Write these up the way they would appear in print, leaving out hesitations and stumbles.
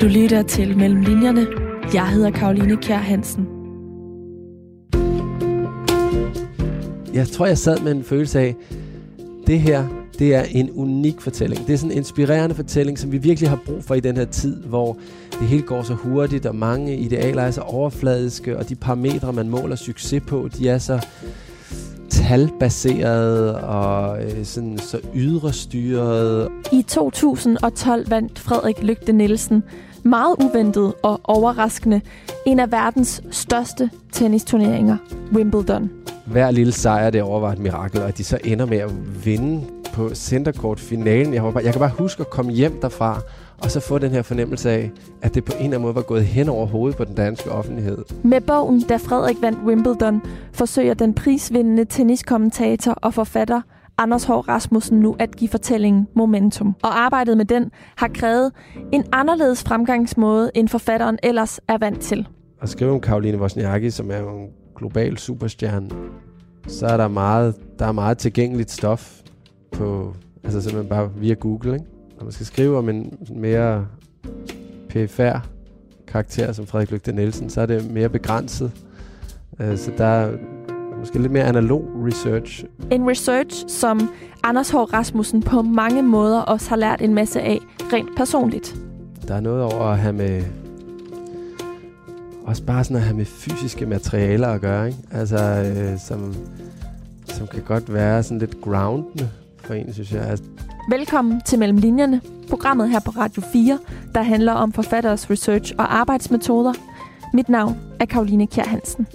Du lytter til Mellem Linjerne. Jeg hedder Caroline Kjær Hansen. Jeg tror, jeg sad med en følelse af, det her, det er en unik fortælling. Det er sådan en inspirerende fortælling, som vi virkelig har brug for i den her tid, hvor det hele går så hurtigt, og mange idealer er så overfladiske, og de parametre, man måler succes på, de er så talbaserede og sådan så ydrestyret. I 2012 vandt Frederik Lygte Nielsen meget uventet og overraskende en af verdens største tennisturneringer, Wimbledon. Hver lille sejr derovre var et mirakel, og de så ender med at vinde på centercourt-finalen. Jeg kan bare huske at komme hjem derfra, og så få den her fornemmelse af, at det på en eller anden måde var gået hen over hovedet på den danske offentlighed. Med bogen, Da Frederik vandt Wimbledon, forsøger den prisvindende tenniskommentator og forfatter Anders Haahr Rasmussen nu at give fortællingen momentum. Og arbejdet med den har krævet en anderledes fremgangsmåde, end forfatteren ellers er vant til. At skrive om Caroline Wozniacki, som er jo en global superstjerne, så er der er meget tilgængeligt stof på, altså simpelthen bare via Google, ikke? Når man skal skrive om en mere perifær karakter som Frederik Lygte Nielsen, så er det mere begrænset. Så der er måske lidt mere analog research. En research, som Anders Haahr Rasmussen på mange måder også har lært en masse af, rent personligt. Der er noget over at have med, også bare sådan at have med fysiske materialer at gøre, ikke? Altså, som kan godt være sådan lidt groundende for en, synes jeg. Velkommen til Mellem Linjerne, programmet her på Radio 4, der handler om forfatteres research og arbejdsmetoder. Mit navn er Caroline Kjær Hansen.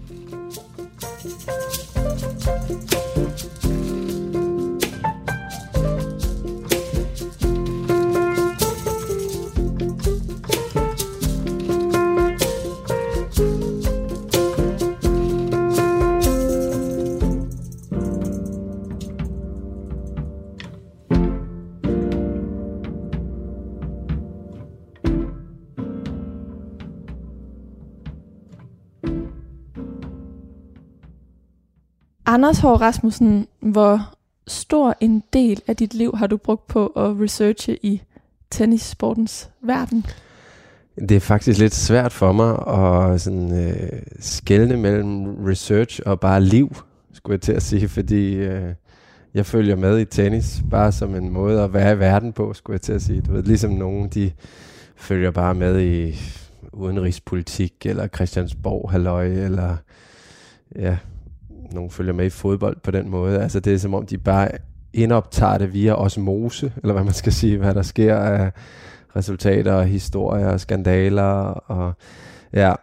Anders Haahr Rasmussen, hvor stor en del af dit liv har du brugt på at researche i tennissportens verden? Det er faktisk lidt svært for mig at sådan, skelne mellem research og bare liv, skulle jeg til at sige, fordi jeg følger med i tennis bare som en måde at være i verden på, skulle jeg til at sige. Du ved, ligesom nogen, de følger bare med i udenrigspolitik eller Christiansborg halløj, eller ja, nogen følger med i fodbold på den måde. Altså det er som om, de bare indoptager det via osmose, eller hvad man skal sige, hvad der sker af resultater og historier og skandaler. Og ja,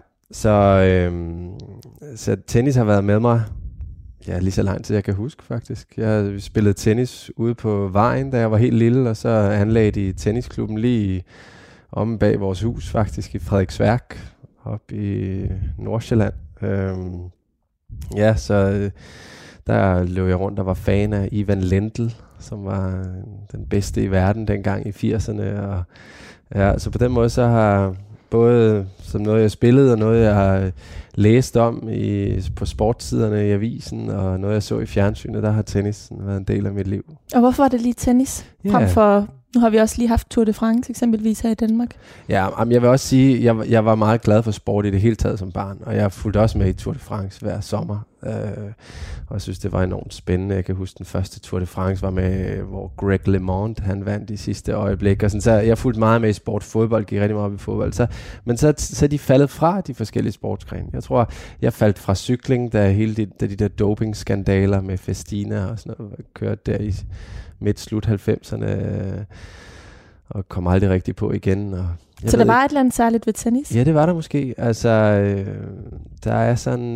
så tennis har været med mig lige så lang tid, jeg kan huske faktisk. Jeg spillede tennis ude på vejen, da jeg var helt lille, og så anlagde de tennisklubben lige om bag vores hus, faktisk i Frederiksværk, op i Nordsjælland. Ja, så der løb jeg rundt og var fan af Ivan Lendl, som var den bedste i verden dengang i 80'erne. Og ja, så på den måde så har både som noget jeg spillede og noget jeg har læst om på sportssiderne i avisen og noget jeg så i fjernsynet, der har tennis været en del af mit liv. Og hvorfor er det lige tennis? Frem for, nu har vi også lige haft Tour de France eksempelvis her i Danmark. Ja, jeg vil også sige, jeg var meget glad for sport i det hele taget som barn, og jeg fulgte også med i Tour de France hver sommer. Og jeg synes, det var enormt spændende. Jeg kan huske, den første Tour de France var med, hvor Greg LeMond, han vandt i sidste øjeblik. Og sådan, så jeg fulgte meget med i sport. Fodbold gik rigtig meget op i fodbold. Men så er de faldet fra de forskellige sportsgrene. Jeg tror, jeg faldt fra cykling, da de der dopingskandaler med Festina og sådan noget kørte der i midt-slut 90'erne. Og kom aldrig rigtig på igen. Og så der var et eller andet særligt ved tennis? Ja, det var der måske. Altså, der er sådan...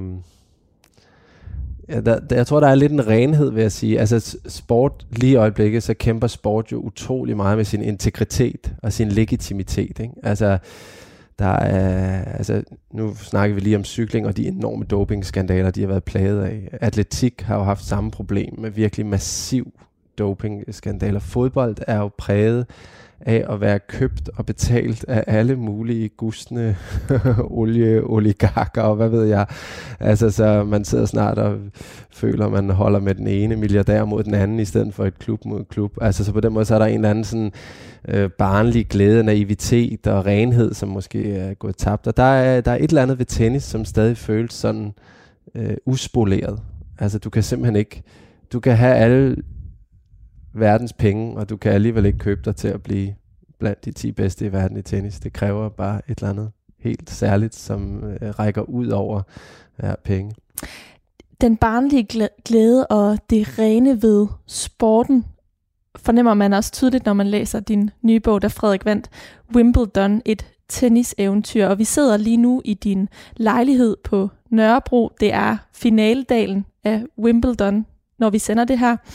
jeg tror, der er lidt en renhed, vil jeg sige. Altså, sport lige i øjeblikket, så kæmper sport jo utrolig meget med sin integritet og sin legitimitet, ikke? Altså, nu snakker vi lige om cykling og de enorme dopingskandaler, de har været plaget af. Atletik har jo haft samme problem med virkelig massiv dopingskandaler. Fodbold er jo præget af at være købt og betalt af alle mulige gustne oligarker og hvad ved jeg. Altså, så man sidder snart og føler, at man holder med den ene milliardær mod den anden, i stedet for et klub mod klub. Altså, så på den måde, så er der en eller anden sådan barnlig glæde, naivitet og renhed, som måske er gået tabt. Og der er et eller andet ved tennis, som stadig føles sådan uspoleret. Altså, du kan simpelthen ikke, du kan have alle verdens penge, og du kan alligevel ikke købe dig til at blive blandt de 10 bedste i verden i tennis. Det kræver bare et eller andet helt særligt, som rækker ud over penge. Den barnlige glæde og det rene ved sporten fornemmer man også tydeligt, når man læser din nye bog, der Frederik vandt Wimbledon, et tenniseventyr. Og vi sidder lige nu i din lejlighed på Nørrebro. Det er finaledagen af Wimbledon, når vi sender det her.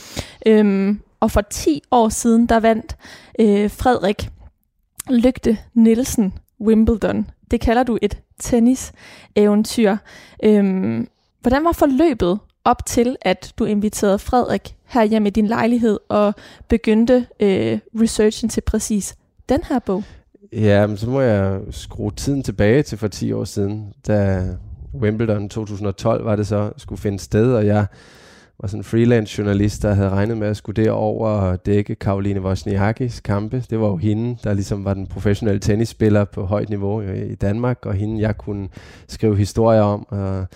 Og for 10 år siden, der vandt Frederik Lygte Nielsen Wimbledon. Det kalder du et tenniseventyr. Hvordan var forløbet op til, at du inviterede Frederik her hjem i din lejlighed og begyndte researchen til præcis den her bog? Ja, men så må jeg skrue tiden tilbage til for 10 år siden, da Wimbledon 2012 var det så skulle finde sted, og jeg var sådan en freelance journalist, der havde regnet med at skulle derover og dække Caroline Wozniackis kampe. Det var jo hende, der ligesom var den professionelle tennisspiller på højt niveau i Danmark, og hende jeg kunne skrive historier om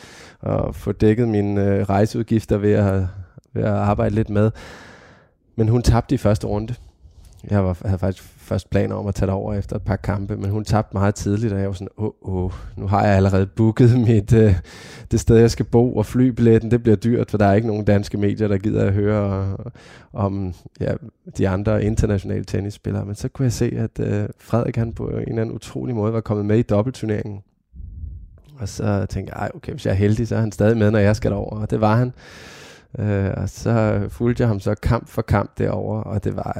og få dækket mine rejseudgifter ved at arbejde lidt med. Men hun tabte i første runde. Jeg havde faktisk først planer om at tage det over efter et par kampe, men hun tabte meget tidligt, og jeg var sådan, nu har jeg allerede booket det sted, jeg skal bo, og flybilletten, det bliver dyrt, for der er ikke nogen danske medier, der gider at høre om de andre internationale tennisspillere. Men så kunne jeg se, at Frederik, han på en eller anden utrolig måde var kommet med i dobbeltturneringen. Og så tænkte jeg, okay, hvis jeg er heldig, så er han stadig med, når jeg skal derover, og det var han. Og så fulgte jeg ham så kamp for kamp derover, og det var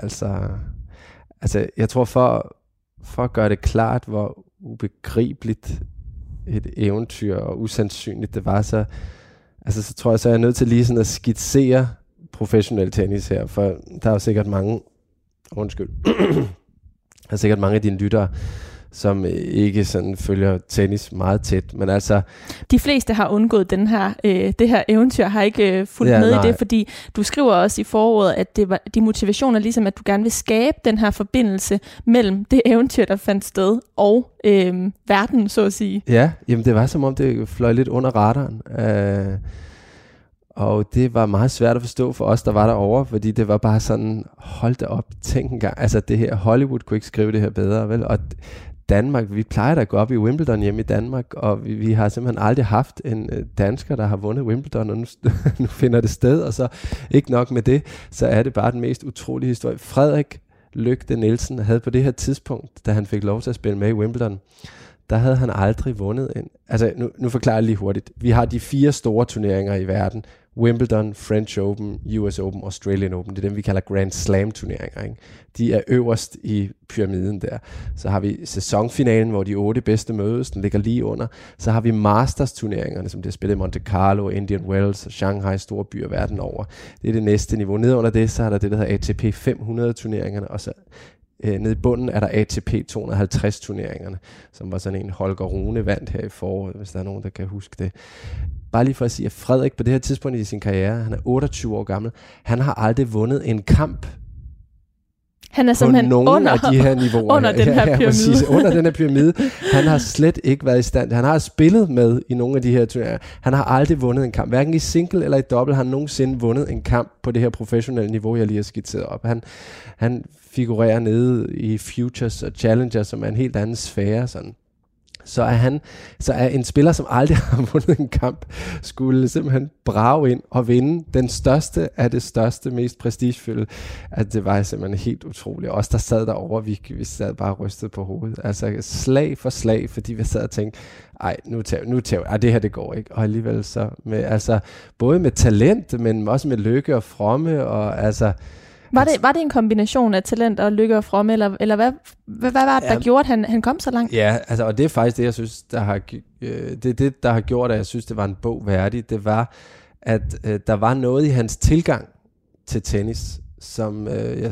altså jeg tror for at gøre det klart, hvor ubegribeligt et eventyr og usandsynligt det var, så tror jeg, så er jeg nødt til lige sådan at skitsere professionel tennis her, for der er jo sikkert mange, der er sikkert mange af dine lyttere, som ikke sådan følger tennis meget tæt, men altså... De fleste har undgået det her eventyr, har ikke fulgt med i det, fordi du skriver også i forordet, at det var de motivationer, ligesom at du gerne vil skabe den her forbindelse mellem det eventyr, der fandt sted, og verden, så at sige. Ja, jamen det var som om, det fløj lidt under radaren. Og det var meget svært at forstå for os, der var derovre, fordi det var bare sådan, hold da op, tænk en gang. Altså det her, Hollywood kunne ikke skrive det her bedre, vel? Og Danmark, vi plejer da at gå op i Wimbledon hjemme i Danmark, og vi har simpelthen aldrig haft en dansker, der har vundet Wimbledon, og nu finder det sted, og så ikke nok med det, så er det bare den mest utrolige historie. Frederik Lygte Nielsen havde på det her tidspunkt, da han fik lov til at spille med i Wimbledon, der havde han aldrig vundet en... Altså, nu forklarer jeg lige hurtigt. Vi har de 4 store turneringer i verden. Wimbledon, French Open, US Open, Australian Open. Det er dem, vi kalder Grand Slam turneringer. Ikke? De er øverst i pyramiden der. Så har vi sæsonfinalen, hvor de 8 bedste mødes. Den ligger lige under. Så har vi Masters turneringerne, som det er spillet i Monte Carlo, Indian Wells og Shanghai, store byer verden over. Det er det næste niveau. Nede under det, så er der det, der hedder ATP 500 turneringerne, og så nede i bunden er der ATP 250 turneringerne, som var sådan en Holger Rune vandt her i foråret, hvis der er nogen, der kan huske det. Bare lige for at sige, at Frederik på det her tidspunkt i sin karriere, han er 28 år gammel, han har aldrig vundet en kamp. Han er simpelthen nogle af de her niveauer. Under den her pyramide. Præcis, under den her pyramide. Han har slet ikke været i stand. Han har spillet med i nogle af de her turneringer. Han har aldrig vundet en kamp. Hverken i single eller i double har han nogensinde vundet en kamp på det her professionelle niveau, jeg lige har skitseret op. Han figurerer nede i Futures og Challengers, som er en helt anden sfære, sådan. Så er en spiller, som aldrig har vundet en kamp, skulle simpelthen brage ind og vinde den største af det største, mest prestigefyldte. At det var simpelthen helt utroligt. Os, der sad derovre, vi sad bare rystet på hovedet. Altså slag for slag, fordi vi sad og tænkte, det her det går ikke. Og alligevel så med, altså både med talent, men også med lykke og fromme og altså. Var det en kombination af talent og lykke og fromme, eller hvad var det, der gjorde, at han kom så langt? Ja, altså, og det er faktisk det, jeg synes, der har gjort, at jeg synes, det var en bog værdig. Det var, at der var noget i hans tilgang til tennis, som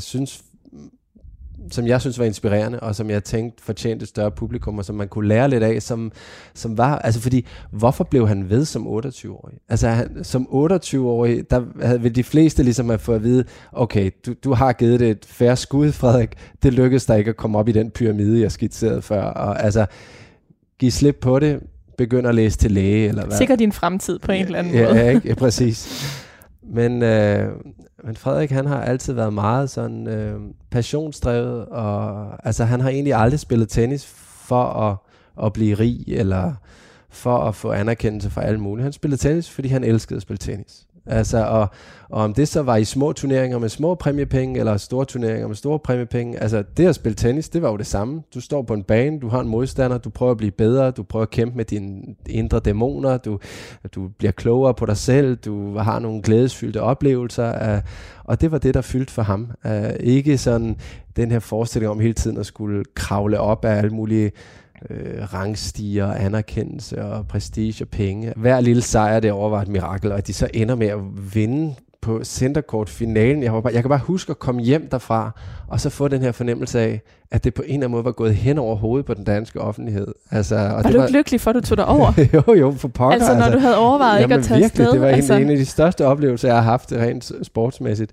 jeg synes var inspirerende, og som jeg tænkte fortjente et større publikum, og som man kunne lære lidt af, som var, altså fordi, hvorfor blev han ved som 28-årig? Altså som 28-årig, der ville de fleste ligesom have fået at vide, okay, du har givet det et fair skud, Frederik, det lykkedes dig ikke at komme op i den pyramide, jeg skitserede før, og altså, giv slip på det, begynd at læse til læge, eller hvad? Sikkert din fremtid på en eller anden måde. Ja, ikke? Ja, præcis. Men Frederik, han har altid været meget sådan passionsdrevet, og altså han har egentlig aldrig spillet tennis for at blive rig, eller for at få anerkendelse fra alle mulige. Han spillede tennis, fordi han elskede at spille tennis. Altså, og om det så var i små turneringer med små præmiepenge, eller store turneringer med store præmiepenge, altså det at spille tennis, det var jo det samme. Du står på en bane, du har en modstander, du prøver at blive bedre, du prøver at kæmpe med dine indre dæmoner, du bliver klogere på dig selv, du har nogle glædesfyldte oplevelser, og det var det, der fyldte for ham. Ikke sådan den her forestilling om hele tiden at skulle kravle op af alle mulige rangstiger, anerkendelse og prestige og penge. Hver lille sejr derovre var et mirakel, og at de så ender med at vinde på centercourt-finalen. Jeg kan bare huske at komme hjem derfra, og så få den her fornemmelse af, at det på en eller anden måde var gået hen over hovedet på den danske offentlighed. Altså, og var du ikke lykkelig for, at du tog dig over? jo, for pokker. Altså, når du havde overvejet ikke at tage virkelig, afsted? Det var en af de største oplevelser, jeg har haft rent sportsmæssigt.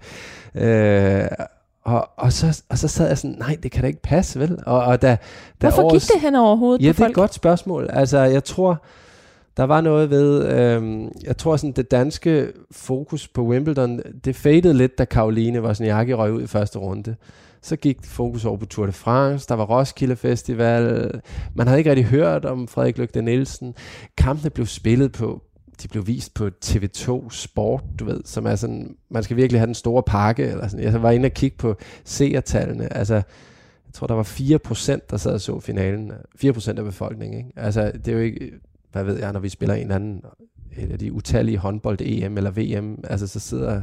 Og så sad jeg sådan, nej, det kan da ikke passe, vel? Hvorfor gik det hen over hovedet på folk? Ja, det er et godt spørgsmål. Altså, jeg tror, der var noget ved, jeg tror sådan, det danske fokus på Wimbledon, det fadede lidt, da Caroline Wozniacki røg ud i første runde. Så gik fokus over på Tour de France, der var Roskilde Festival, man havde ikke rigtig hørt om Frederik Lygte Nielsen. Kampene blev spillet på, de blev vist på TV2 Sport, du ved, som er sådan, man skal virkelig have den store pakke, eller sådan. Jeg var inde og kigge på seertallene, altså, jeg tror, der var 4%, der sad og så finalen. 4% af befolkningen, ikke? Altså, det er jo ikke, hvad ved jeg, når vi spiller en anden, et af de utallige håndbold-EM eller VM, altså, så sidder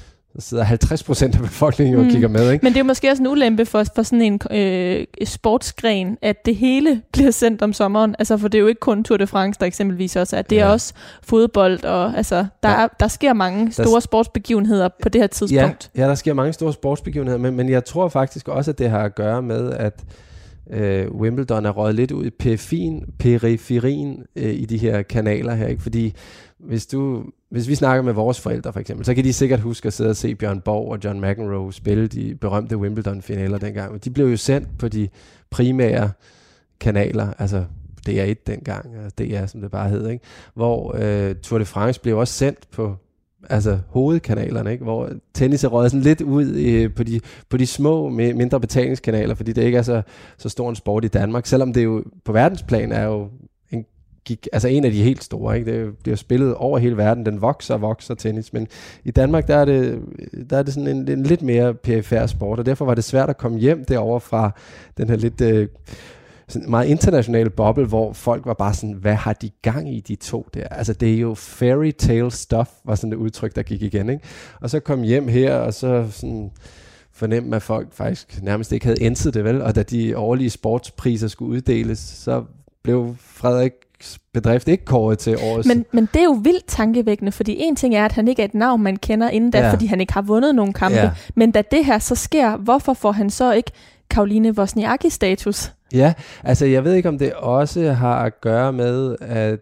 50% af befolkningen og kigger med, ikke? Men det er jo måske også en ulempe for sådan en sportsgren, at det hele bliver sendt om sommeren. Altså, for det er jo ikke kun Tour de France, der eksempelvis også er. Det er også fodbold, og altså, der sker mange store sportsbegivenheder på det her tidspunkt. Ja, der sker mange store sportsbegivenheder, men jeg tror faktisk også, at det har at gøre med, at Wimbledon er røget lidt ud i periferien i de her kanaler her, ikke? Fordi hvis vi snakker med vores forældre for eksempel, så kan de sikkert huske at sidde og se Bjørn Borg og John McEnroe spille de berømte Wimbledon-finaler dengang. De blev jo sendt på de primære kanaler, altså DR1 dengang, DR som det bare hed, ikke? Hvor Tour de France blev også sendt på hovedkanalerne, ikke? Hvor tennis er røget sådan lidt ud på de små, mindre betalingskanaler, fordi det ikke er så stor en sport i Danmark, selvom det jo på verdensplan er jo en af de helt store, ikke? Det bliver spillet over hele verden, den vokser tennis, men i Danmark, der er det sådan en lidt mere perifær sport, og derfor var det svært at komme hjem derover fra den her lidt sådan meget internationale boble, hvor folk var bare sådan, hvad har de gang i, de to der? Altså, det er jo fairy tale stuff, var sådan et udtryk, der gik igen, ikke? Og så kom hjem her, og så sådan fornemme, at folk faktisk nærmest ikke havde indset det, vel? Og da de årlige sportspriser skulle uddeles, så blev Frederiks bedrift ikke kåret til årets. Men det er jo vildt tankevækkende, fordi en ting er, at han ikke er et navn, man kender inden da, fordi han ikke har vundet nogen kampe. Ja. Men da det her så sker, hvorfor får han så ikke Caroline Wozniacki-status? Ja, altså jeg ved ikke, om det også har at gøre med,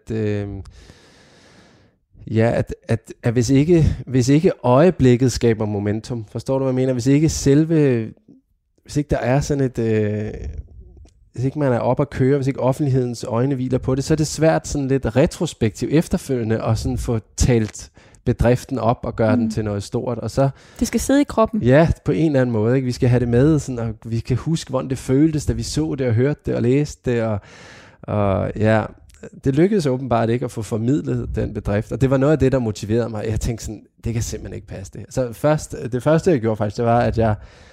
at hvis ikke øjeblikket skaber momentum, forstår du, hvad jeg mener? Hvis ikke der er sådan et... hvis ikke man er op at køre, hvis ikke offentlighedens øjne hviler på det, så er det svært sådan lidt retrospektivt efterfølgende at sådan få talt bedriften op og gøre den til noget stort. Og så, det skal sidde i kroppen. Ja, på en eller anden måde. Ikke? Vi skal have det med, sådan, og vi kan huske, hvordan det føltes, da vi så det og hørte det og læste det. Og ja, det lykkedes åbenbart ikke at få formidlet den bedrift. Og det var noget af det, der motiverede mig. Jeg tænkte sådan, det kan simpelthen ikke passe det. Så det første, jeg gjorde faktisk, det var, at jeg...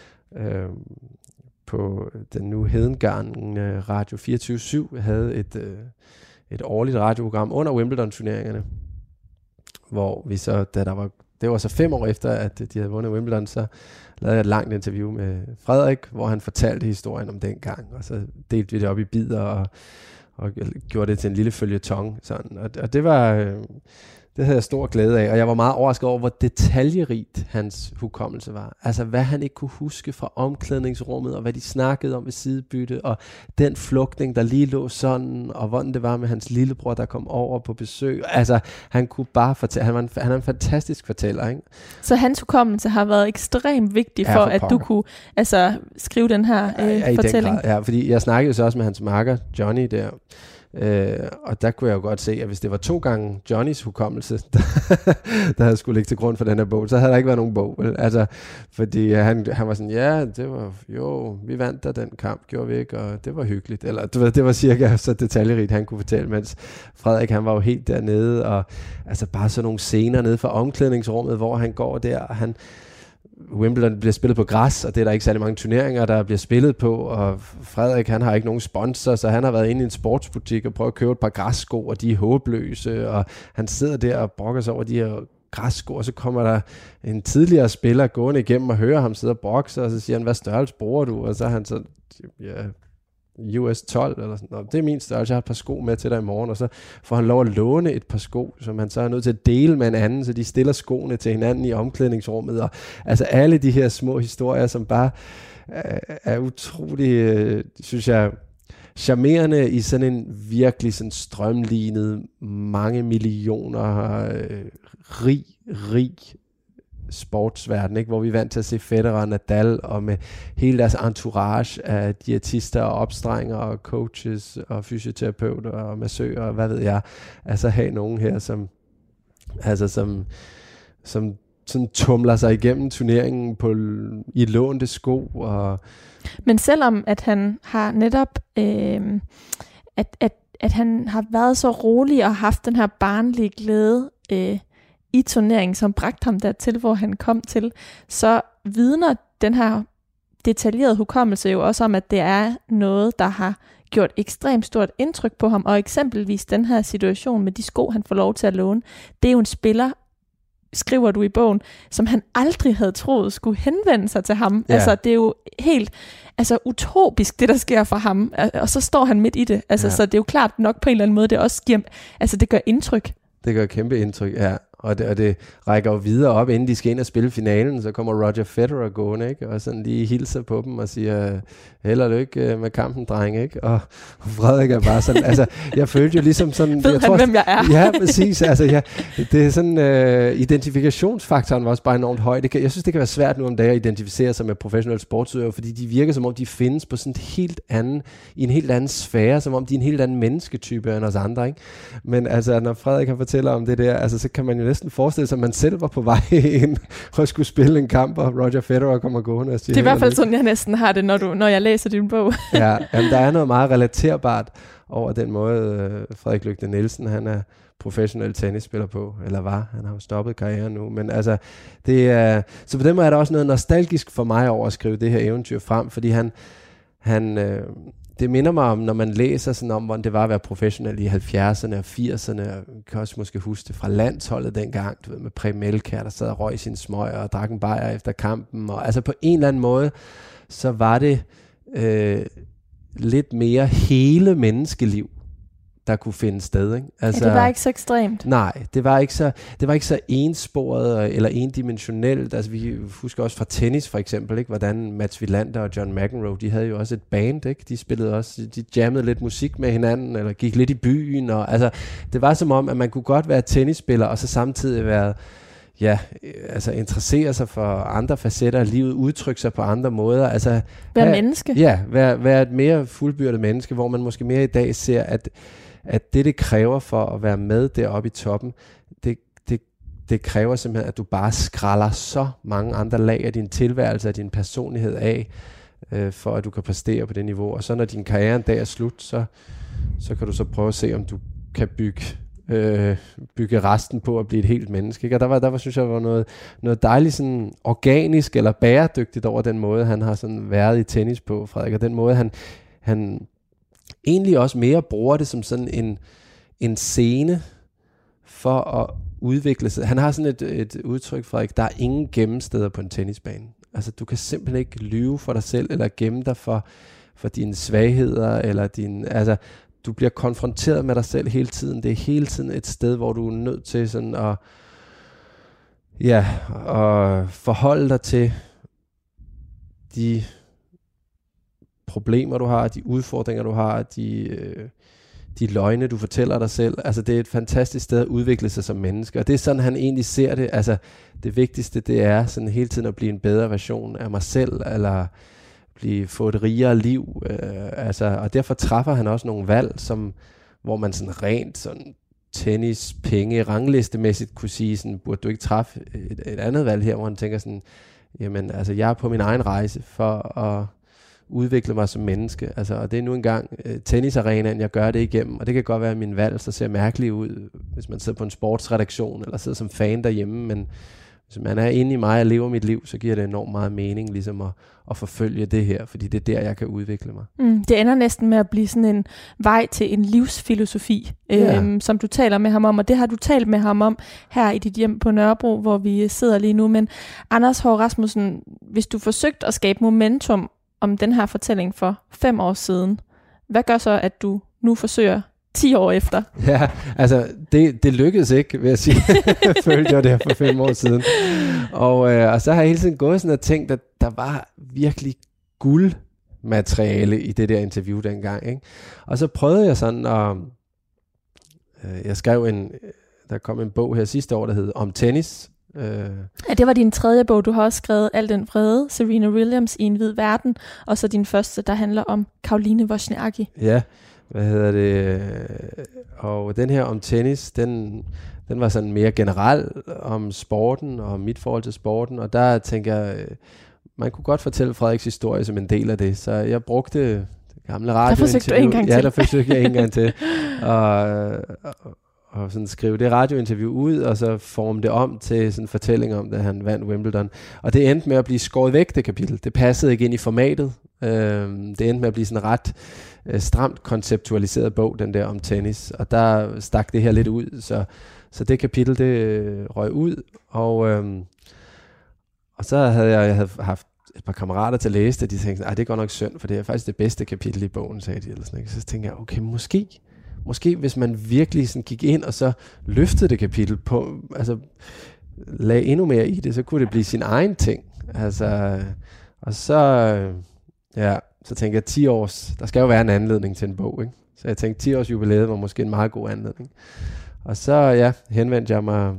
på den nu hedengangne Radio 24/7 havde et årligt radioprogram under Wimbledon-turneringerne, hvor vi så, det var så 5 år efter, at de havde vundet Wimbledon, så lavede jeg et langt interview med Frederik, hvor han fortalte historien om den gang, og så delte vi det op i bidder og gjorde det til en lille føljeton. Sådan. Og det var Det havde jeg stor glæde af, og jeg var meget overrasket over, hvor detaljerigt hans hukommelse var. Altså, hvad han ikke kunne huske fra omklædningsrummet, og hvad de snakkede om ved sidebytte, og den flugtning, der lige lå sådan, og hvordan det var med hans lillebror, der kom over på besøg. Altså, han kunne bare fortælle. Han er en fantastisk fortæller, ikke? Så hans hukommelse har været ekstremt vigtig for at du kunne skrive den her fortælling? Ja, fordi jeg snakkede jo så også med hans makker, Johnny, der. Og der kunne jeg jo godt se, at hvis det var 2 gange Johnnys hukommelse, der havde skulle ligge til grund for den her bog, så havde der ikke været nogen bog. Vel? Altså, fordi han var sådan, ja, det var, jo, vi vandt da den kamp, gjorde vi ikke, og det var hyggeligt. Eller du ved, det var cirka så detaljerigt, han kunne fortælle, mens Frederik, han var jo helt dernede, og altså bare sådan nogle scener nede fra omklædningsrummet, hvor han går der, og Wimbledon bliver spillet på græs, og det er der ikke særlig mange turneringer, der bliver spillet på, og Frederik, han har ikke nogen sponsor, så han har været inde i en sportsbutik og prøvet at købe et par græssko, og de er håbløse, og han sidder der og brokker sig over de her græssko, og så kommer der en tidligere spiller gående igennem og hører ham sidde og brokke sig, og så siger han, hvad størrelse bruger du? Og så er han så, ja, US 12, eller sådan. Det er min størrelse, jeg har et par sko med til dig i morgen, og så får han lov at låne et par sko, som han så er nødt til at dele med en anden, så de stiller skoene til hinanden i omklædningsrummet, og altså alle de her små historier, som bare er utrolig, synes jeg, charmerende i sådan en virkelig sådan strømlignet, mange millioner, rig sportsverden, ikke? Hvor vi er vant til at se Federer og Nadal, og med hele deres entourage af diætister og opstrenger og coaches og fysioterapeuter og massører og hvad ved jeg. Altså have nogen her, som sådan tumler sig igennem turneringen i lånte sko. Men selvom at han har netop at han har været så rolig og haft den her barnlige glæde i turneringen, som bragte ham dertil, hvor han kom til, så vidner den her detaljerede hukommelse jo også om, at det er noget, der har gjort ekstremt stort indtryk på ham, og eksempelvis den her situation med de sko, han får lov til at låne, det er jo en spiller, skriver du i bogen, som han aldrig havde troet skulle henvende sig til ham. Ja. Altså, det er jo helt utopisk, det der sker for ham, og så står han midt i det. Altså, så det er jo klart nok på en eller anden måde, det også giver, det gør indtryk. Det gør kæmpe indtryk, ja. Og det rækker jo videre op, inden de skal ind og spille finalen, så kommer Roger Federer gående, ikke? Og sådan lige hilser på dem og siger, held og lykke med kampen, dreng, ikke? Og Frederik er bare sådan, altså, jeg følte jo ligesom sådan... Ved han, hvem jeg er? Ja, præcis. Altså, ja, det er sådan, identifikationsfaktoren var også bare enormt høj. Jeg synes, det kan være svært nu om dagen at identificere sig med professionelle sportsudøvere, fordi de virker som om, de findes på sådan i en helt anden sfære, som om de er en helt anden mennesketype end os andre, ikke? Men altså, når Frederik kan fortælle om det der, altså, så kan man jo næsten forestille sig, at man selv var på vej ind og skulle spille en kamp, og Roger Federer kommer gående og siger... Det er i hvert fald sådan, jeg næsten har det, når jeg læser din bog. Ja, jamen, der er noget meget relaterbart over den måde, Frederik Lygte Nielsen, han er professionel tennisspiller på, eller var. Han har jo stoppet karrieren nu, men altså, så på den måde er der også noget nostalgisk for mig over at skrive det her eventyr frem, fordi det minder mig om, når man læser sådan om, hvordan det var at være professionel i 70'erne og 80'erne, og kan også måske huske det fra landsholdet dengang, du ved, med Preben Elkjær, der sad og røg sin smøg og drak en bajer efter kampen, og altså på en eller anden måde, så var det lidt mere hele menneskeliv, der kunne finde sted, ikke? Altså, ja, det var ikke så ekstremt. Nej, det var ikke så ensporet eller endimensionelt. Altså vi husker også fra tennis for eksempel, ikke, hvordan Mats Wilander og John McEnroe, de havde jo også et band, ikke? De spillede også, de jammede lidt musik med hinanden eller gik lidt i byen, og altså det var som om, at man kunne godt være tennisspiller og så samtidig være interessere sig for andre facetter af livet, udtrykke sig på andre måder. Altså, være menneske. Ja, være et mere fuldbyrdet menneske, hvor man måske mere i dag ser, at det kræver for at være med deroppe i toppen, det kræver simpelthen, at du bare skræller så mange andre lag af din tilværelse, af din personlighed af, for at du kan præstere på det niveau. Og så når din karriere en dag er slut, så kan du så prøve at se, om du kan bygge resten på at blive et helt menneske, ikke? Og der var, synes jeg, var noget dejligt sådan organisk eller bæredygtigt over den måde, han har sådan været i tennis på, Frederik, og den måde, han egentlig også mere bruger det som sådan en scene for at udvikle sig. Han har sådan et udtryk, Frederik, der er ingen gemmesteder på en tennisbane. Altså, du kan simpelthen ikke lyve for dig selv, eller gemme dig for dine svagheder, eller du bliver konfronteret med dig selv hele tiden. Det er hele tiden et sted, hvor du er nødt til sådan at forholde dig til de problemer, du har, de udfordringer, du har, de løgne, du fortæller dig selv. Altså, det er et fantastisk sted at udvikle sig som menneske, og det er sådan, han egentlig ser det. Altså, det vigtigste, det er sådan hele tiden at blive en bedre version af mig selv, eller få et rigere liv. Og derfor træffer han også nogle valg, hvor man sådan rent sådan tennis, penge, ranglistemæssigt kunne sige, sådan, burde du ikke træffe et andet valg her, hvor han tænker sådan, jamen, altså, jeg er på min egen rejse for at udvikle mig som menneske, altså, og det er nu engang tennisarenaen, jeg gør det igennem, og det kan godt være, at min valg så ser mærkelig ud, hvis man sidder på en sportsredaktion, eller sidder som fan derhjemme, men hvis man er inde i mig og lever mit liv, så giver det enormt meget mening, ligesom at forfølge det her, fordi det er der, jeg kan udvikle mig. Det ender næsten med at blive sådan en vej til en livsfilosofi, som du taler med ham om, og det har du talt med ham om her i dit hjem på Nørrebro, hvor vi sidder lige nu, men Anders Haahr Rasmussen, hvis du forsøgte at skabe momentum om den her fortælling for 5 år siden, hvad gør så, at du nu forsøger 10 år efter? Ja, altså, det lykkedes ikke, vil jeg sige. Følte jeg det her for 5 år siden. Og så har jeg hele tiden gået sådan og tænkt, at der var virkelig guldmateriale i det der interview dengang, ikke? Og så prøvede jeg sådan at... jeg skrev der kom en bog her sidste år, der hed Om tennis. Ja, det var din 3. bog. Du har også skrevet Al den vrede, Serena Williams i en hvid verden, og så din første, der handler om Caroline Wozniacki. Ja, og den her Om tennis, den var sådan mere generel om sporten og mit forhold til sporten, og der tænker jeg, man kunne godt fortælle Frederiks historie som en del af det, så jeg brugte det gamle radiointerview. Der forsøgte du en gang til. Ja, der forsøgte jeg en gang til. Og sådan skrive det radiointerview ud, og så forme det om til sådan en fortælling om, da han vandt Wimbledon. Og det endte med at blive skåret væk, det kapitel. Det passede ikke ind i formatet. Det endte med at blive sådan en ret stramt konceptualiseret bog, den der om tennis. Og der stak det her lidt ud, så det kapitel, det røg ud. Og så havde jeg haft et par kammerater til at læse det, de tænkte, det går nok synd, for det er faktisk det bedste kapitel i bogen, sagde de. Eller sådan, ikke? Så tænkte jeg, okay, måske hvis man virkelig sådan gik ind og så løftede det kapitel på, altså lagde endnu mere i det, så kunne det blive sin egen ting. Altså, og så tænkte jeg 10 års, der skal jo være en anledning til en bog, ikke? Så jeg tænkte 10 års jubilæet var måske en meget god anledning. Og så henvendte jeg mig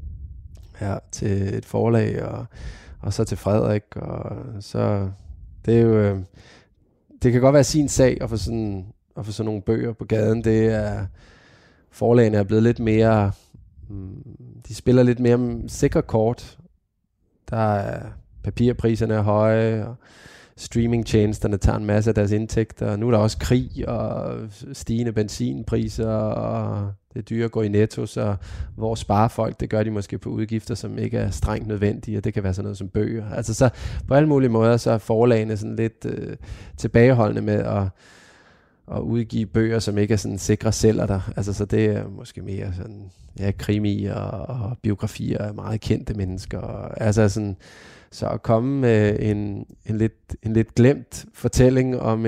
til et forlag, og så til Frederik, og så det er jo, det kan godt være sin sag at få sådan nogle bøger på gaden. Det er, forlagene er blevet lidt mere, de spiller lidt mere sikre kort. Der er papirpriserne er høje, og streamingtjenesterne tager en masse af deres indtægter. Nu er der også krig og stigende benzinpriser, og det er dyrt at gå i Netto, så hvor sparer folk, det gør de måske på udgifter, som ikke er strengt nødvendige, og det kan være sådan noget som bøger. Altså så på alle mulige måder, så er forlagene sådan lidt tilbageholdende med at udgive bøger, som ikke er sådan sikre sælger der. Altså så det er måske mere sådan, krimier og biografier af meget kendte mennesker. Og, altså sådan, så at komme med en lidt glemt fortælling om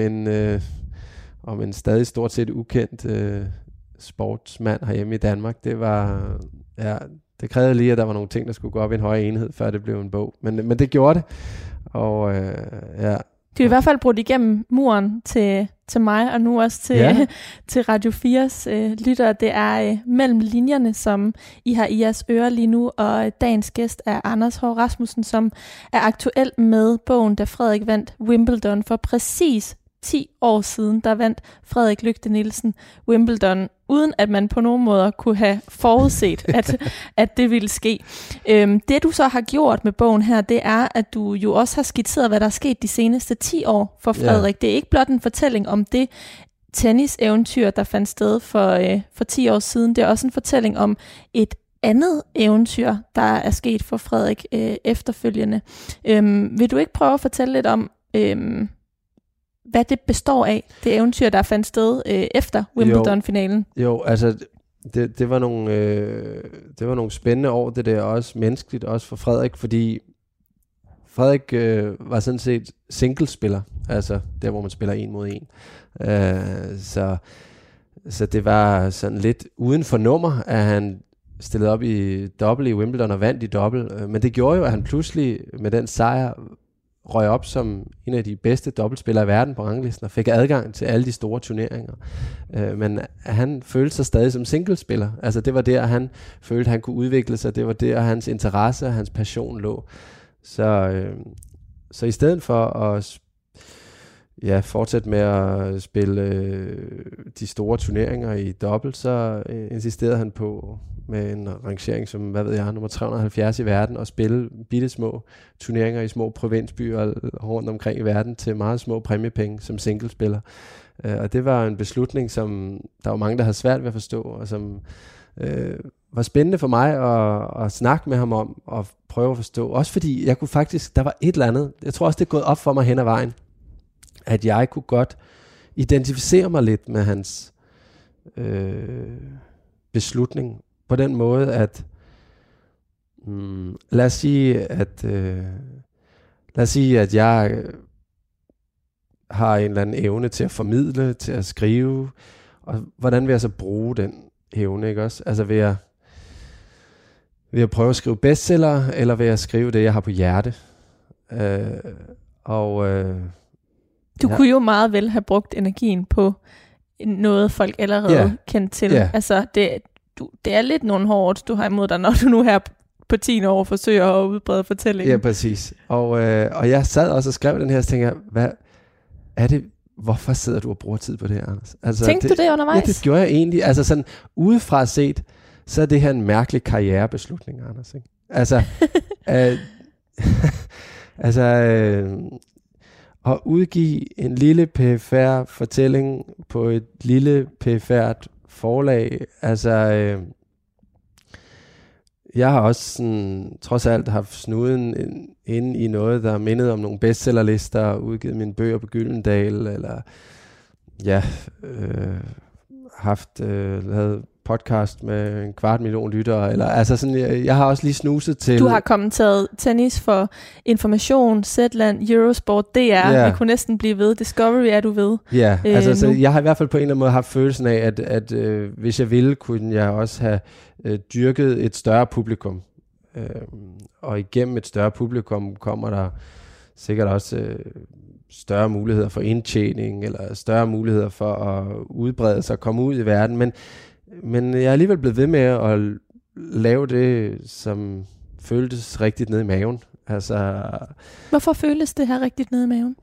en stadig stort set ukendt sportsmand herhjemme i Danmark, det krævede lige, at der var nogle ting, der skulle gå op i en højere enhed, før det blev en bog. Men det gjorde det. Og Du er i hvert fald brudt igennem muren til mig, og nu også til Radio 4's lyttere. Det er Mellem linjerne, som I har i jeres ører lige nu, og dagens gæst er Anders Haahr Rasmussen, som er aktuel med bogen, da Frederik vandt Wimbledon for præcis 10 år siden. Der vandt Frederik Lygte Nielsen Wimbledon, uden at man på nogen måder kunne have forudset, at det ville ske. Det du så har gjort med bogen her, det er, at du jo også har skitseret, hvad der er sket de seneste 10 år for Frederik. Ja. Det er ikke blot en fortælling om det tenniseventyr, der fandt sted for 10 år siden. Det er også en fortælling om et andet eventyr, der er sket for Frederik efterfølgende. Vil du ikke prøve at fortælle lidt om, hvad det består af, det eventyr, der fandt sted efter Wimbledon-finalen? Jo, altså det var nogle spændende år, det der også menneskeligt, også for Frederik, fordi Frederik var sådan set singlespiller, altså der, hvor man spiller 1 mod 1. Så Så det var sådan lidt uden for nummer, at han stillede op i double i Wimbledon og vandt i double. Men det gjorde jo, at han pludselig med den sejr røg op som en af de bedste dobbeltspillere i verden på ranglisten og fik adgang til alle de store turneringer. Men han følte sig stadig som singlespiller. Altså det var der, han følte, han kunne udvikle sig. Det var der, hans interesse og hans passion lå. Så i stedet for at fortsætte med at spille de store turneringer i dobbelt, så insisterede han på med en rangering som, nummer 370 i verden, og spille bitte små turneringer i små provinsbyer rundt omkring i verden til meget små præmiepenge som singlespiller. Og det var en beslutning, som der var mange, der havde svært ved at forstå, og som var spændende for mig at snakke med ham om, og prøve at forstå. Også fordi jeg kunne faktisk, der var et eller andet, jeg tror også, det er gået op for mig hen ad vejen, at jeg kunne godt identificere mig lidt med hans beslutning, på den måde, at lad os sige, at jeg har en eller anden evne til at formidle, til at skrive, og hvordan vil jeg så bruge den evne, ikke også? Altså vil jeg prøve at skrive bestseller, eller vil jeg skrive det, jeg har på hjerte? Du kunne jo meget vel have brugt energien på noget, folk allerede kendte til. Yeah. Altså, det er lidt nogle hårde odds, du har imod dig, når du nu her på 10 år forsøger at udbrede fortællingen. Ja, præcis. Og jeg sad også og skrev den her, og tænkte, hvad er det, hvorfor sidder du og bruger tid på det her, Anders? Altså, tænkte du det undervejs? Ja, det gjorde jeg egentlig. Altså sådan, udefra set, så er det her en mærkelig karrierebeslutning, Anders. Ikke? Altså, at udgive en lille PFR fortælling på et lille PFR forlag, altså jeg har også sådan, trods alt haft snuden inde i noget, der mindede om nogle bestsellerlister, og udgivet mine bøger på Gyldendal, eller lavet podcast med 250.000 lyttere, eller altså sådan, jeg har også lige snuset til... Du har kommenteret tennis for Information, Zetland, Eurosport, DR, vi kunne næsten blive ved, Discovery er du ved. Ja, altså så jeg har i hvert fald på en eller anden måde haft følelsen af, at hvis jeg ville, kunne jeg også have dyrket et større publikum. Og igennem et større publikum kommer der sikkert også større muligheder for indtjening, eller større muligheder for at udbrede sig og komme ud i verden, men jeg er alligevel blevet ved med at lave det, som føltes rigtigt nede i maven. Altså, hvorfor føltes det her rigtigt nede i maven?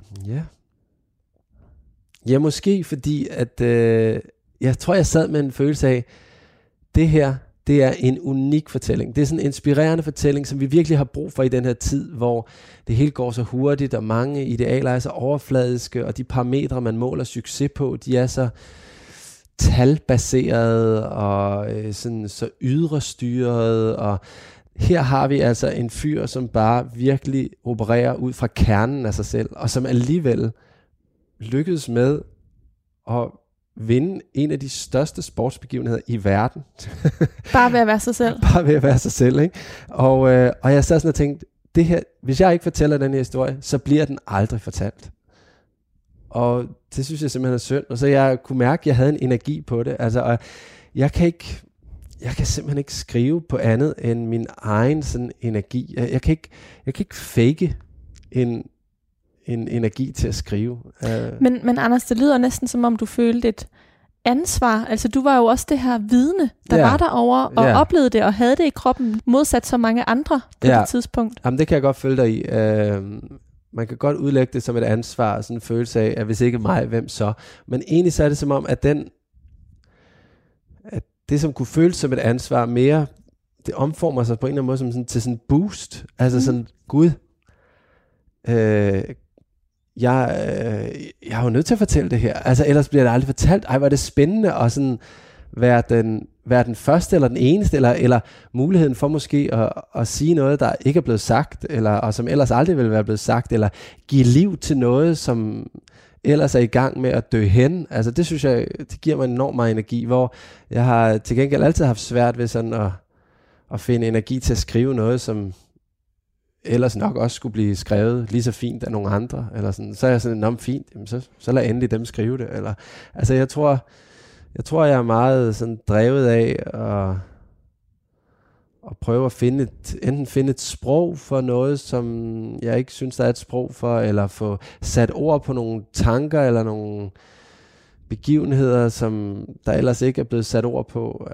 Ja, måske fordi, at jeg tror, jeg sad med en følelse af, det her, det er en unik fortælling. Det er sådan en inspirerende fortælling, som vi virkelig har brug for i den her tid, hvor det hele går så hurtigt, og mange idealer er så overfladiske, og de parametre, man måler succes på, de er så talbaserede og sådan så ydrestyret, og her har vi altså en fyr, som bare virkelig opererer ud fra kernen af sig selv, og som alligevel lykkedes med at vinde en af de største sportsbegivenheder i verden. Bare ved at være sig selv. Bare ved at være sig selv, ikke? Og jeg sad sådan og tænkte, det her, hvis jeg ikke fortæller den her historie, så bliver den aldrig fortalt. Og det synes jeg simpelthen er synd. Og så jeg kunne mærke, at jeg havde en energi på det. Altså, og jeg kan simpelthen ikke skrive på andet end min egen sådan energi. Jeg kan ikke fake en energi til at skrive. Men Anders, det lyder næsten som om du følte et ansvar. Altså du var jo også det her vidne, der var derovre og oplevede det og havde det i kroppen, modsat så mange andre på det tidspunkt. Jamen det kan jeg godt følge dig i. Man kan godt udlægge det som et ansvar, sådan en følelse af, at hvis ikke mig, hvem så? Men egentlig så er det som om, at det som kunne føles som et ansvar mere, det omformer sig på en eller anden måde som sådan, til sådan en boost. Altså sådan, Gud, jeg er jo nødt til at fortælle det her. Altså ellers bliver det aldrig fortalt. Ej, hvor er det spændende at sådan være den første eller den eneste, eller muligheden for måske at sige noget, der ikke er blevet sagt, og som ellers aldrig ville være blevet sagt, eller give liv til noget, som ellers er i gang med at dø hen. Altså det synes jeg, det giver mig enormt meget energi, hvor jeg har til gengæld altid haft svært ved sådan at finde energi til at skrive noget, som ellers nok også skulle blive skrevet lige så fint af nogle andre, eller sådan. Så er jeg sådan, fint, jamen så lad endelig dem skrive det. Eller, altså jeg tror, Jeg tror, jeg er meget sådan drevet af at prøve at enten finde et sprog for noget, som jeg ikke synes, der er et sprog for, eller få sat ord på nogle tanker, eller nogle begivenheder, som der ellers ikke er blevet sat ord på.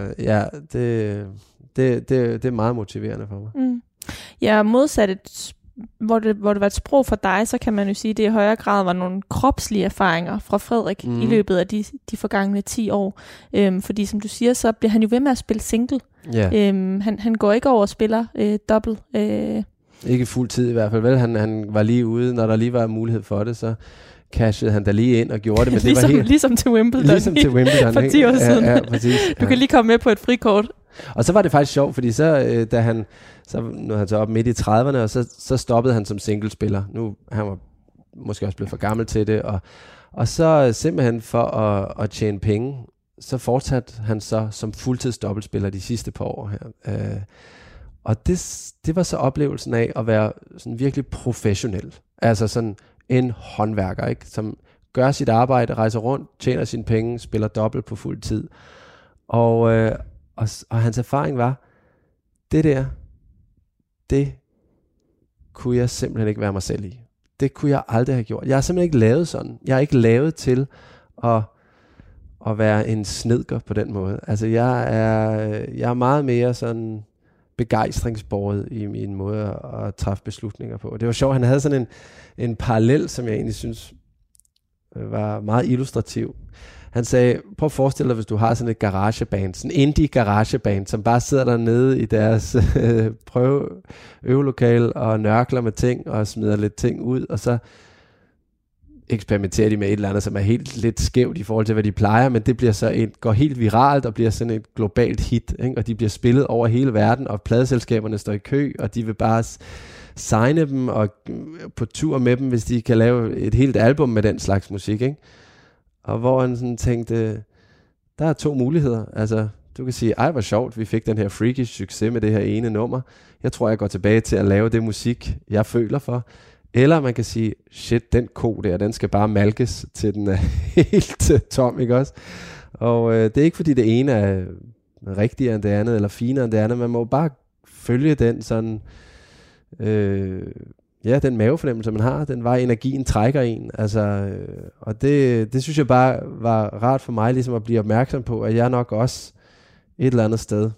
Det er meget motiverende for mig. Mm. Ja, modsat hvor det var et sprog for dig, så kan man jo sige, at det i højere grad var nogle kropslige erfaringer fra Frederik i løbet af de forgangne 10 år. Fordi som du siger, så bliver han jo ved med at spille single. Yeah. Han går ikke over og spiller dobbelt. Ikke fuld tid i hvert fald, vel? Han var lige ude, når der lige var mulighed for det, så cashede han der lige ind og gjorde det. Men ligesom, det var helt, ligesom til Wimbledon, for 10 år siden. Ja, præcis. Du kan lige komme med på et frikort. Og så var det faktisk sjovt, fordi så, da han nåede han så op midt i 30'erne, og så stoppede han som singlespiller. Nu han var måske også blevet for gammel til det, og så simpelthen for at tjene penge, så fortsatte han så som fuldtids dobbeltspiller de sidste par år her. Og det var så oplevelsen af at være sådan virkelig professionel. Altså sådan en håndværker, ikke? Som gør sit arbejde, rejser rundt, tjener sine penge, spiller dobbelt på fuld tid. Og hans erfaring var, det kunne jeg simpelthen ikke være mig selv i. Det kunne jeg aldrig have gjort. Jeg er simpelthen ikke lavet sådan. Jeg er ikke lavet til at være en snedker på den måde. Altså jeg er meget mere sådan begejstringsbåret i min måde at træffe beslutninger på. Det var sjovt, han havde sådan en parallel, som jeg egentlig synes var meget illustrativ. Han sagde, prøv at forestille dig, hvis du har sådan et garageband, sådan en indie garageband, som bare sidder dernede i deres øvelokale og nørkler med ting og smider lidt ting ud, og så eksperimenterer de med et eller andet, som er helt lidt skævt i forhold til, hvad de plejer, men det bliver så går helt viralt og bliver sådan et globalt hit, ikke? Og de bliver spillet over hele verden, og pladeselskaberne står i kø, og de vil bare signe dem og på tur med dem, hvis de kan lave et helt album med den slags musik, ikke? Og hvor han sådan tænkte, der er 2 muligheder. Altså, du kan sige, ej hvor sjovt, vi fik den her freakish succes med det her ene nummer. Jeg tror, jeg går tilbage til at lave det musik, jeg føler for. Eller man kan sige, shit, den ko der, den skal bare malkes til den er helt tom, ikke også? Og det er ikke fordi det ene er rigtigere end det andet, eller finere end det andet. Man må bare følge den sådan, den mavefornemmelse, man har, den vej energien trækker en. Altså, og det synes jeg bare var rart for mig, ligesom at blive opmærksom på, at jeg nok også et eller andet sted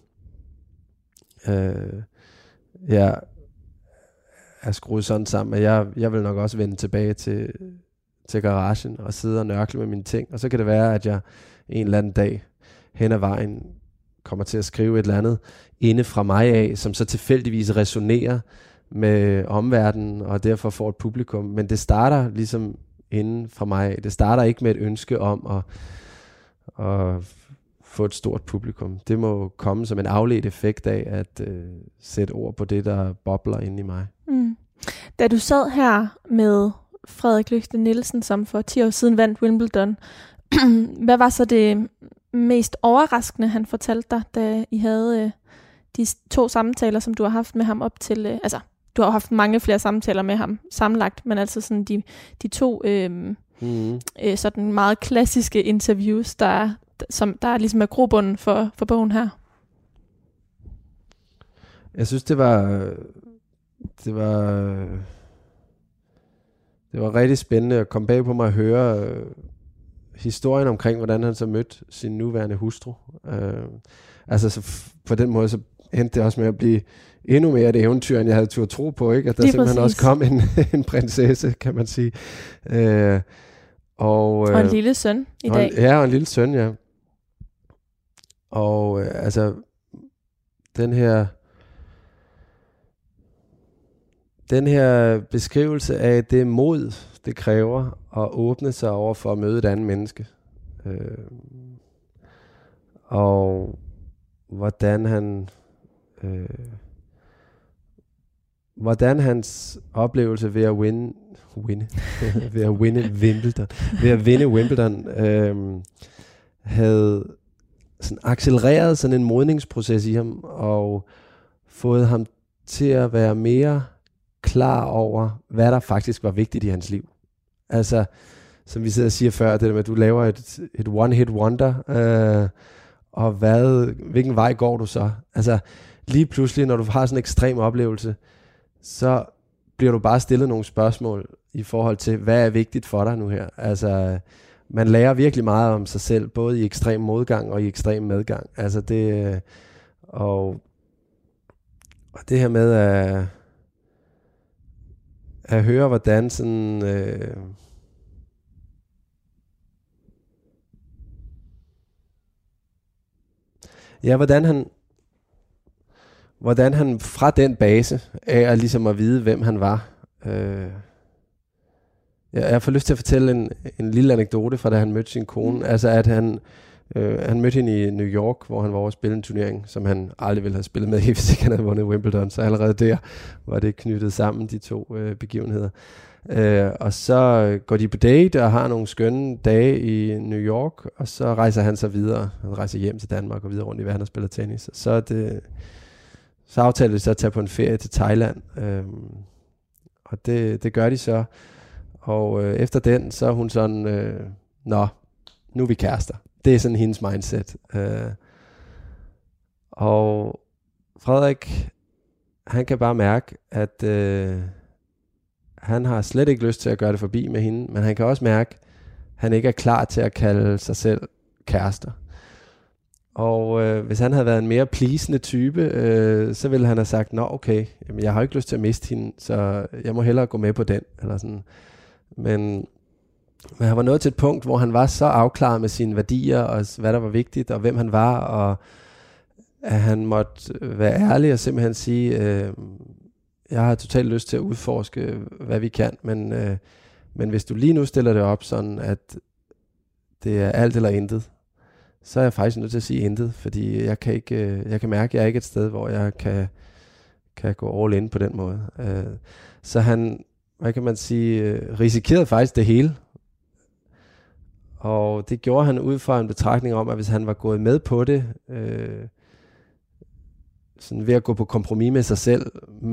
er skruet sådan sammen, at jeg vil nok også vende tilbage til garagen og sidde og nørkle med mine ting. Og så kan det være, at jeg en eller anden dag hen ad vejen kommer til at skrive et eller andet inde fra mig af, som så tilfældigvis resonerer med omverdenen, og derfor får et publikum. Men det starter ligesom inden fra mig. Det starter ikke med et ønske om at få et stort publikum. Det må komme som en afledt effekt af at sætte ord på det, der bobler inde i mig. Mm. Da du sad her med Frederik Løgte Nielsen, som for 10 år siden vandt Wimbledon, hvad var så det mest overraskende, han fortalte dig, da I havde de 2 samtaler, som du har haft med ham op til... du har haft mange flere samtaler med ham sammenlagt, men altså sådan de 2 sådan meget klassiske interviews, der ligesom er grobunden for bogen her. Jeg synes, det var rigtig spændende at komme bag på mig at høre historien omkring, hvordan han så mødte sin nuværende hustru. På den måde, så endte det også med at blive endnu mere et eventyr, end jeg havde turde tro på, ikke? At der simpelthen også kom en prinsesse, kan man sige. Og en lille søn i dag. Ja, og en lille søn, ja. Og den her beskrivelse af det mod, det kræver at åbne sig over for at møde et andet menneske. Og hvordan hans oplevelse ved at vinde Wimbledon havde sådan accelereret sådan en modningsproces i ham og fået ham til at være mere klar over, hvad der faktisk var vigtigt i hans liv. Altså som vi sidder og siger før, det der med, at du laver et one-hit wonder, og hvilken vej går du så? Altså, lige pludselig, når du har sådan en ekstrem oplevelse, så bliver du bare stillet nogle spørgsmål i forhold til, hvad er vigtigt for dig nu her? Altså, man lærer virkelig meget om sig selv, både i ekstrem modgang og i ekstrem medgang. Altså det, og det her med at høre, hvordan sådan... Ja, hvordan han fra den base af ligesom at vide, hvem han var. Jeg får lyst til at fortælle en lille anekdote fra, da han mødte sin kone. Altså, at han mødte hende i New York, hvor han var over at spille en turnering, som han aldrig ville have spillet med, hvis ikke han havde vundet Wimbledon. Så allerede der var det knyttet sammen, de to begivenheder. Og så går de på date og har nogle skønne dage i New York, og så rejser han sig videre. Han rejser hjem til Danmark og videre rundt i verden og spiller tennis. Så aftaler de så at tage på en ferie til Thailand. Og det gør de så. Og efter den, så er hun sådan, nu er vi kærester. Det er sådan hendes mindset. Og Frederik, han kan bare mærke, at han har slet ikke lyst til at gøre det forbi med hende, men han kan også mærke, at han ikke er klar til at kalde sig selv kærester. Og hvis han havde været en mere pleasende type, så ville han have sagt, nå okay, jamen, jeg har ikke lyst til at miste hende, så jeg må hellere gå med på den. Eller sådan. Men han var nået til et punkt, hvor han var så afklaret med sine værdier, og hvad der var vigtigt, og hvem han var, og at han måtte være ærlig og simpelthen sige, jeg har totalt lyst til at udforske, hvad vi kan, men hvis du lige nu stiller det op sådan, at det er alt eller intet, så er jeg faktisk nødt til at sige intet, fordi jeg kan mærke, at jeg er ikke et sted, hvor jeg kan gå all in på den måde. Så han, hvad kan man sige, risikerede faktisk det hele. Og det gjorde han ud fra en betragtning om, at hvis han var gået med på det, sådan ved at gå på kompromis med sig selv,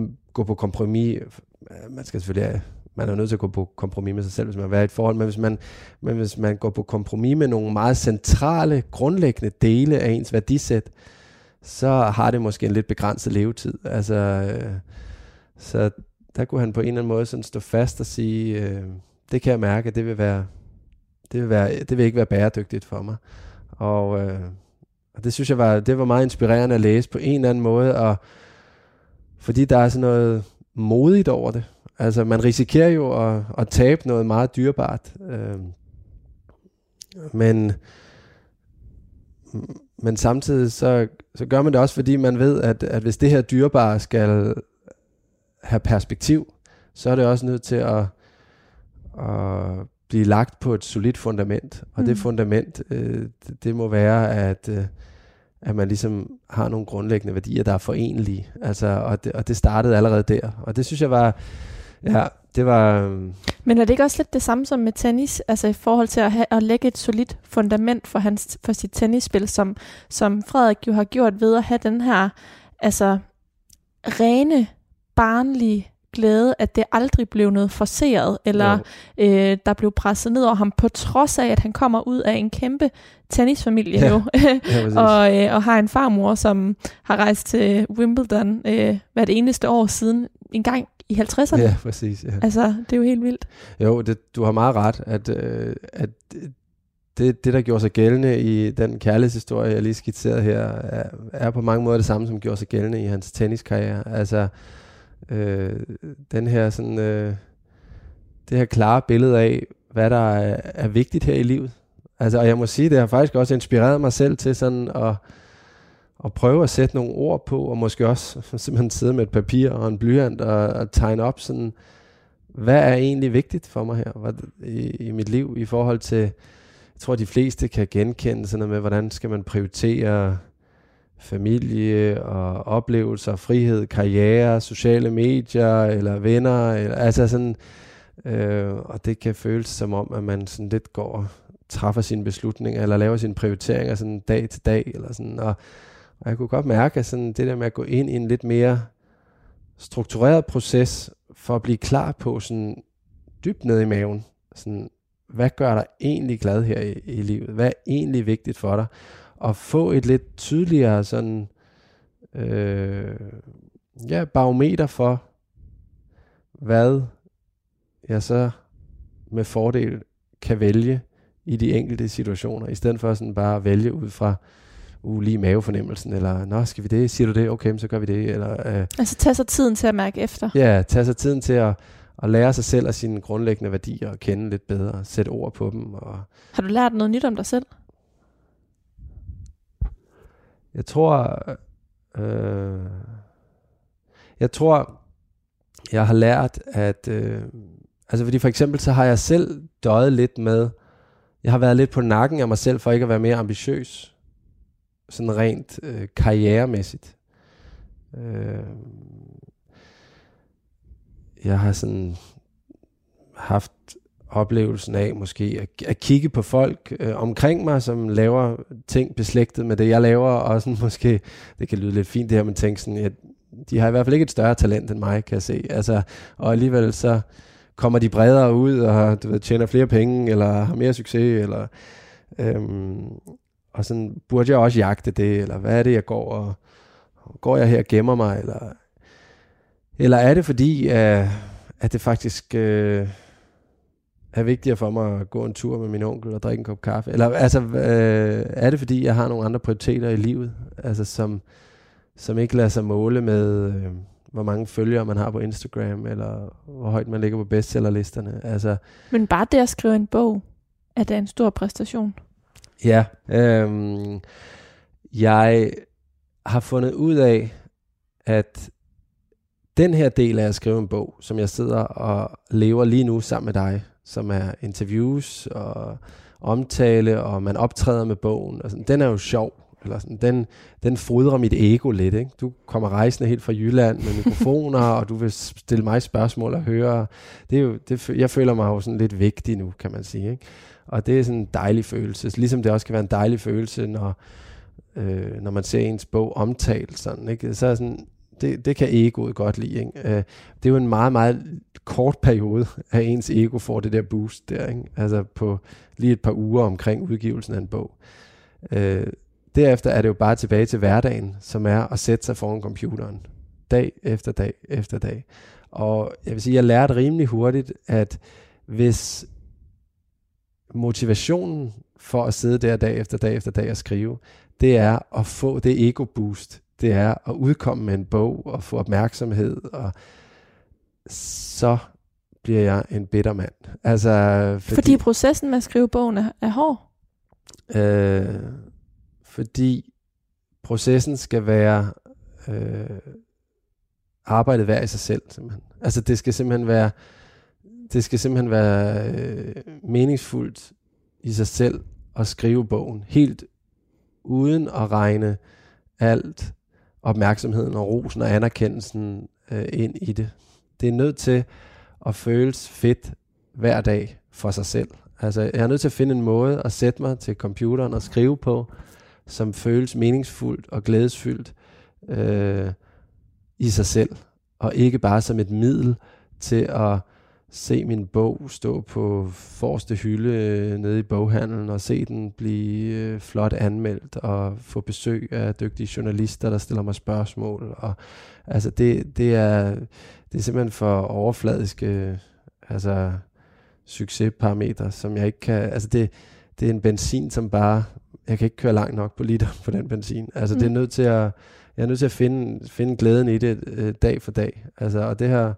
man er nødt til at gå på kompromis med sig selv, hvis man vil være i et forhold, men hvis man går på kompromis med nogle meget centrale, grundlæggende dele af ens værdisæt, så har det måske en lidt begrænset levetid. Altså, så der kunne han på en eller anden måde sådan stå fast og sige, det kan jeg mærke, at det vil ikke være bæredygtigt for mig. Og det synes jeg det var meget inspirerende at læse på en eller anden måde, og fordi der er sådan noget modigt over det. Altså man risikerer jo at tabe noget meget dyrebart. Men samtidig så gør man det også, fordi man ved, at hvis det her dyrebare skal have perspektiv, så er det også nødt til at blive lagt på et solidt fundament. Og det fundament, det må være, at man ligesom har nogle grundlæggende værdier, der er forenlige. Altså, og det startede allerede der. Og det synes jeg var, ja, det var... Men er det ikke også lidt det samme som med tennis? Altså i forhold til at lægge et solidt fundament for sit tennisspil, som Frederik jo har gjort ved at have den her, altså rene, barnlige glæde, at det aldrig blev noget forceret, eller der blev presset ned over ham, på trods af, at han kommer ud af en kæmpe tennisfamilie jo, og har en farmor, som har rejst til Wimbledon hvert eneste år siden en gang i 50'erne. Ja, præcis. Ja. Altså, det er jo helt vildt. Jo, du har meget ret, at det, der gjorde sig gældende i den kærlighedshistorie, jeg lige skitserede her, er på mange måder det samme, som gjorde sig gældende i hans tenniskarriere. Altså, den her sådan, det her klare billede af, hvad der er vigtigt her i livet. Altså, og jeg må sige, det har faktisk også inspireret mig selv til sådan at prøve at sætte nogle ord på, og måske også simpelthen sidde med et papir og en blyant og tegne op sådan, hvad er egentlig vigtigt for mig her i mit liv i forhold til, jeg tror de fleste kan genkende sådan noget med, hvordan skal man prioritere familie og oplevelser, frihed, karriere, sociale medier eller venner, altså sådan, og det kan føles som om, at man sådan lidt går og træffer sine beslutninger eller laver sine prioriteringer sådan dag til dag eller sådan, og jeg kunne godt mærke, at sådan det der med at gå ind i en lidt mere struktureret proces for at blive klar på sådan dybt ned i maven, sådan, hvad gør dig egentlig glad her i livet? Hvad er egentlig vigtigt for dig? Og få et lidt tydeligere sådan, barometer for, hvad jeg så med fordel kan vælge i de enkelte situationer, i stedet for sådan bare at vælge ud fra lige mavefornemmelsen, eller nå, skal vi det? Siger du det? Okay, så gør vi det. Eller, altså tage sig tiden til at mærke efter. Ja, tage sig tiden til at lære sig selv og sine grundlæggende værdier at kende lidt bedre, sætte ord på dem. Og har du lært noget nyt om dig selv? Jeg tror, jeg har lært, at fordi for eksempel så har jeg selv døjet lidt med, jeg har været lidt på nakken af mig selv for ikke at være mere ambitiøs, sådan rent karrieremæssigt. Jeg har sådan haft oplevelsen af måske at kigge på folk omkring mig, som laver ting beslægtet med det, jeg laver, og sådan måske, det kan lyde lidt fint det her, men tænke sådan, de har i hvert fald ikke et større talent end mig, kan jeg se. Altså, og alligevel så kommer de bredere ud, og tjener flere penge, eller har mere succes, eller og sådan burde jeg også jagte det, eller hvad er det, jeg går jeg her og gemmer mig, eller er det fordi, at det faktisk er vigtigere for mig at gå en tur med min onkel og drikke en kop kaffe, eller er det fordi, jeg har nogle andre prioriteter i livet, altså som ikke lader sig måle med, hvor mange følgere man har på Instagram, eller hvor højt man ligger på bestsellerlisterne. Altså, men bare det at skrive en bog, er det en stor præstation? Ja. Jeg har fundet ud af, at den her del af at skrive en bog, som jeg sidder og lever lige nu sammen med dig, som er interviews og omtale, og man optræder med bogen, og sådan, den er jo sjov. Eller sådan, den fodrer mit ego lidt, ikke? Du kommer rejsende helt fra Jylland med mikrofoner, og du vil stille mig spørgsmål og høre. Det er jo, jeg føler mig jo sådan lidt vigtig nu, kan man sige, ikke? Og det er sådan en dejlig følelse. Ligesom det også kan være en dejlig følelse, når man ser ens bog omtalt sådan, ikke? Så er sådan, det kan egoet godt lide, ikke? Det er jo en meget, meget kort periode, at ens ego får det der boost der, ikke? Altså på lige et par uger omkring udgivelsen af en bog. Derefter er det jo bare tilbage til hverdagen, som er at sætte sig foran computeren, dag efter dag efter dag. Og jeg vil sige, jeg lærte rimelig hurtigt, at hvis motivationen for at sidde der dag efter dag efter dag og skrive, det er at få det ego-boost, det er at udkomme med en bog og få opmærksomhed, og så bliver jeg en bitter mand. Altså, fordi processen med at skrive bogen er hård? Fordi processen skal være arbejdet hver i sig selv, simpelthen. Altså det skal simpelthen være meningsfuldt i sig selv at skrive bogen, helt uden at regne alt opmærksomheden og rosen og anerkendelsen ind i det. Det er nødt til at føles fedt hver dag for sig selv. Altså jeg er nødt til at finde en måde at sætte mig til computeren og skrive på, som føles meningsfuldt og glædesfyldt i sig selv, og ikke bare som et middel til at se min bog stå på forreste hylde nede i boghandlen, og se den blive flot anmeldt, og få besøg af dygtige journalister, der stiller mig spørgsmål. Og, altså det er simpelthen for overfladiske succesparametre, som jeg ikke kan. Altså det er en benzin, som bare jeg kan ikke køre langt nok på liter på den benzin. Altså det er nødt til at jeg er nødt til at finde glæden i det dag for dag. Altså og det har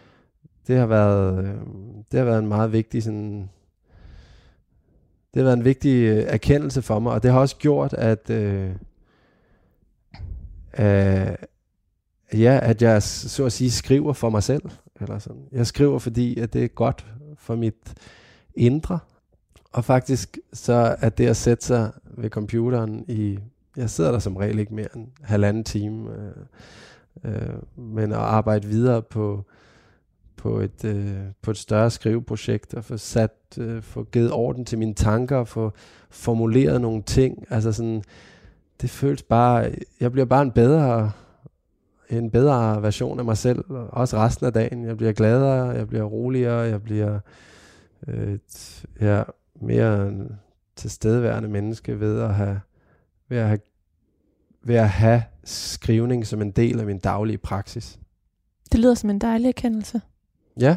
været en meget vigtig sådan. Det har været en vigtig erkendelse for mig, og det har også gjort, at jeg så at sige skriver for mig selv. Eller sådan. Jeg skriver, fordi at det er godt for mit indre. Og faktisk så er det at sætte sig ved computeren jeg sidder der som regel ikke mere end 1,5 time, men at arbejde videre på et større skriveprojekt, og få givet orden til mine tanker, og få formuleret nogle ting. Altså sådan, det føles bare, jeg bliver bare en bedre version af mig selv, også resten af dagen. Jeg bliver gladere, jeg bliver roligere, jeg bliver mere tilstedeværende menneske ved at have skrivning som en del af min daglige praksis. Det lyder som en dejlig erkendelse. Ja,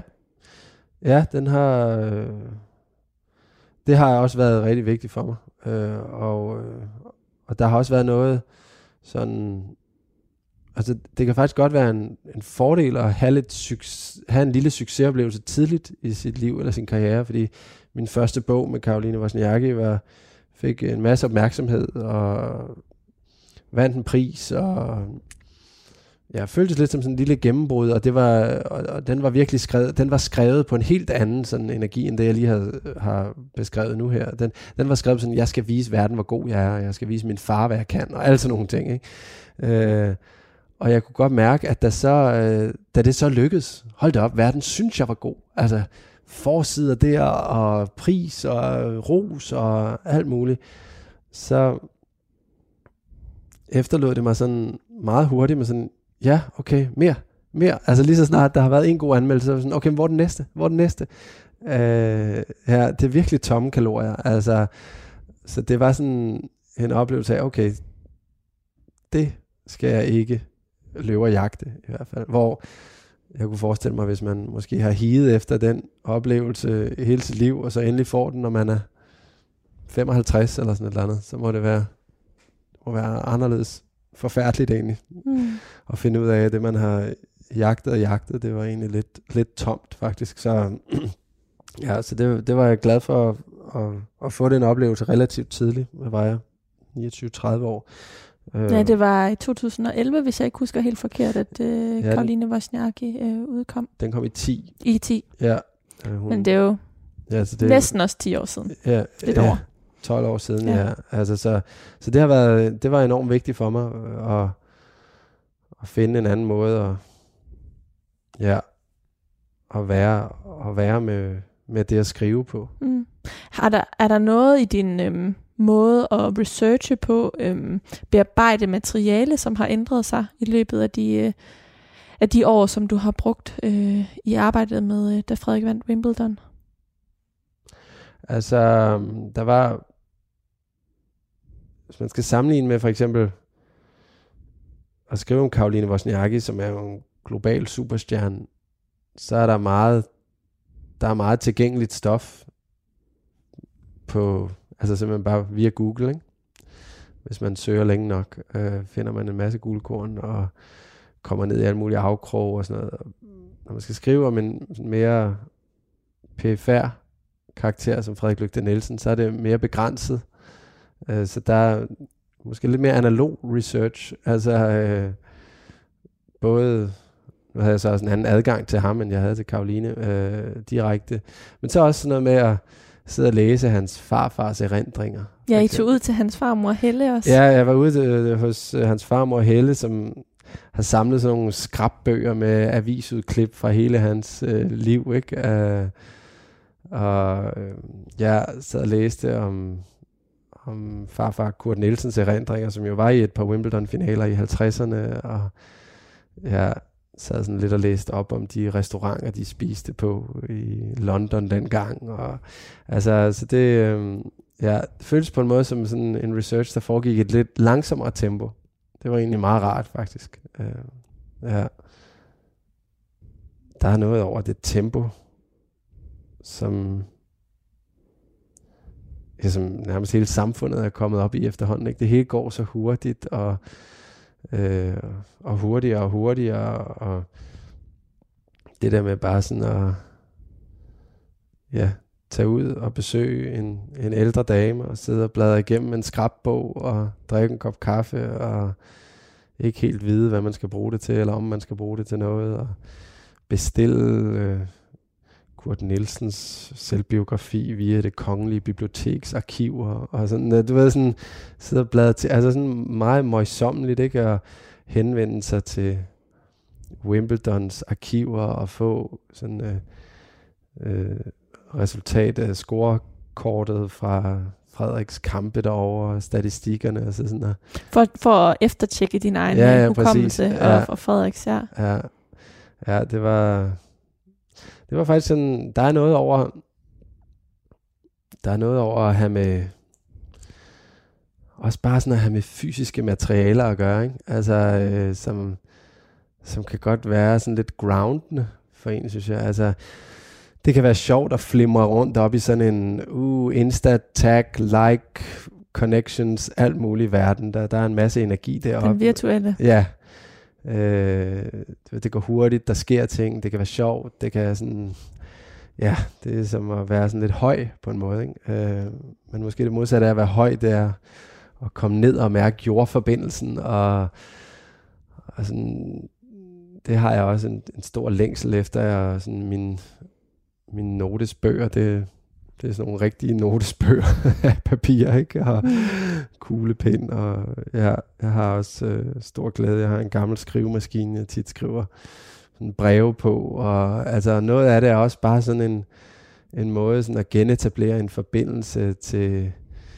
det har også været rigtig vigtigt for mig. Og der har også været noget sådan, altså det kan faktisk godt være en fordel at have en lille succesoplevelse tidligt i sit liv eller sin karriere, fordi min første bog med Caroline Wozniacki fik en masse opmærksomhed og vandt en pris, og jeg føltes lidt som sådan en lille gennembrud, og den var virkelig skrevet på en helt anden sådan energi, end det jeg lige har beskrevet nu her. Den var skrevet sådan, jeg skal vise verden, hvor god jeg er, og jeg skal vise min far, hvad jeg kan, og alle sådan nogle ting, ikke? Og jeg kunne godt mærke, at da det så lykkedes, hold da op, verden synes jeg var god. Altså forsider der, og pris, og ros, og alt muligt. Så efterlod det mig sådan meget hurtigt med sådan, ja, okay, mere. Altså lige så snart der har været en god anmeldelse, så var sådan, okay, hvor er den næste? Det er virkelig tomme kalorier. Altså, så det var sådan en oplevelse af, okay, det skal jeg ikke løbe og jagte i hvert fald. Hvor jeg kunne forestille mig, hvis man måske har higet efter den oplevelse hele sit liv, og så endelig får den, når man er 55 eller sådan et eller andet, så må det være anderledes forfærdeligt egentlig. At finde ud af, at det man har jagtet, det var egentlig lidt tomt faktisk. Så ja, så det var jeg glad for at få den oplevelse relativt tidligt. Hvad var jeg? 29-30 år. Ja, det var i 2011, hvis jeg ikke husker helt forkert, at Caroline Wozniacki udkom. Den kom i 10. I 10. Ja. Men det er jo næsten også 10 år siden. Ja, lidt over. 12 år siden, ja. Altså, så det var enormt vigtigt for mig at finde en anden måde at være med det at skrive på. Er der noget i din måde at researche på, bearbejde materiale, som har ændret sig i løbet af de år, som du har brugt i arbejdet med, da Frederik vandt Wimbledon? Altså, der var, hvis man skal sammenligne med for eksempel at skrive om Caroline Wozniacki, som er jo en global superstjerne, så er der er meget tilgængeligt stof på, altså simpelthen bare via Google, ikke? Hvis man søger længe nok, finder man en masse guldkorn og kommer ned i alle mulige afkrog og sådan noget. Og når man skal skrive om en mere perifær karakter som Frederik Lygte Nielsen, så er det mere begrænset. Så der er måske lidt mere analog research. Altså både, nu havde jeg så også en anden adgang til ham, end jeg havde til Caroline direkte. Men så også sådan noget med at sidde og læse hans farfars erindringer. Ja, I tog ud til hans farmor Helle også. Ja, jeg var ude hos hans farmor Helle, som har samlet sådan nogle skrabbøger med avisudklip fra hele hans liv, ikke? Jeg sad og læste om farfar Kurt Nielsens erindringer, som jo var i et par Wimbledon-finaler i 50'erne, og jeg sad sådan lidt og læste op om de restauranter, de spiste på i London dengang, og altså så det føltes på en måde som sådan en research, der foregik i et lidt langsommere tempo. Det var egentlig meget rart faktisk. Der er noget over det tempo, som nærmest hele samfundet er kommet op i efterhånden, ikke? Det hele går så hurtigt, og hurtigere, og det der med bare sådan at tage ud og besøge en ældre dame, og sidde og bladre igennem en skrabbog, og drikke en kop kaffe, og ikke helt vide, hvad man skal bruge det til, eller om man skal bruge det til noget, og bestille Kurt Nielsens selvbiografi via Det Kongelige Biblioteks arkiver, og sådan, du ved, sådan sidde og bladre til, altså sådan meget møjsommeligt, ikke, at henvende sig til Wimbledons arkiver og få sådan resultat af scorekortet fra Frederiks kampe derovre, statistikkerne og sådan der. For at eftertjekke din egen hukommelse og Frederiks, Ja, det var faktisk sådan, der er noget over der er noget over at have med, også bare sådan at have med fysiske materialer at gøre, ikke? Altså, som kan godt være sådan lidt groundende for en, synes jeg. Altså, det kan være sjovt at flimre rundt op i sådan en Insta-tag, like, connections, alt muligt i verden. Der er en masse energi deroppe. Den virtuelle. Ja. Det går hurtigt, der sker ting, det kan være sjovt, det kan sådan, ja, det er som at være sådan lidt høj på en måde, ikke? Men måske det modsatte af at være høj, det er at komme ned og mærke jordforbindelsen, og sådan, det har jeg også en stor længsel efter, og sådan mine notesbøger, det er sådan nogle rigtige notesbøger af papir, ikke? Og kuglepen, og jeg har også stor glæde. Jeg har en gammel skrivemaskine, jeg tit skriver sådan breve på, og altså noget af det er også bare sådan en måde sådan at genetablere en forbindelse til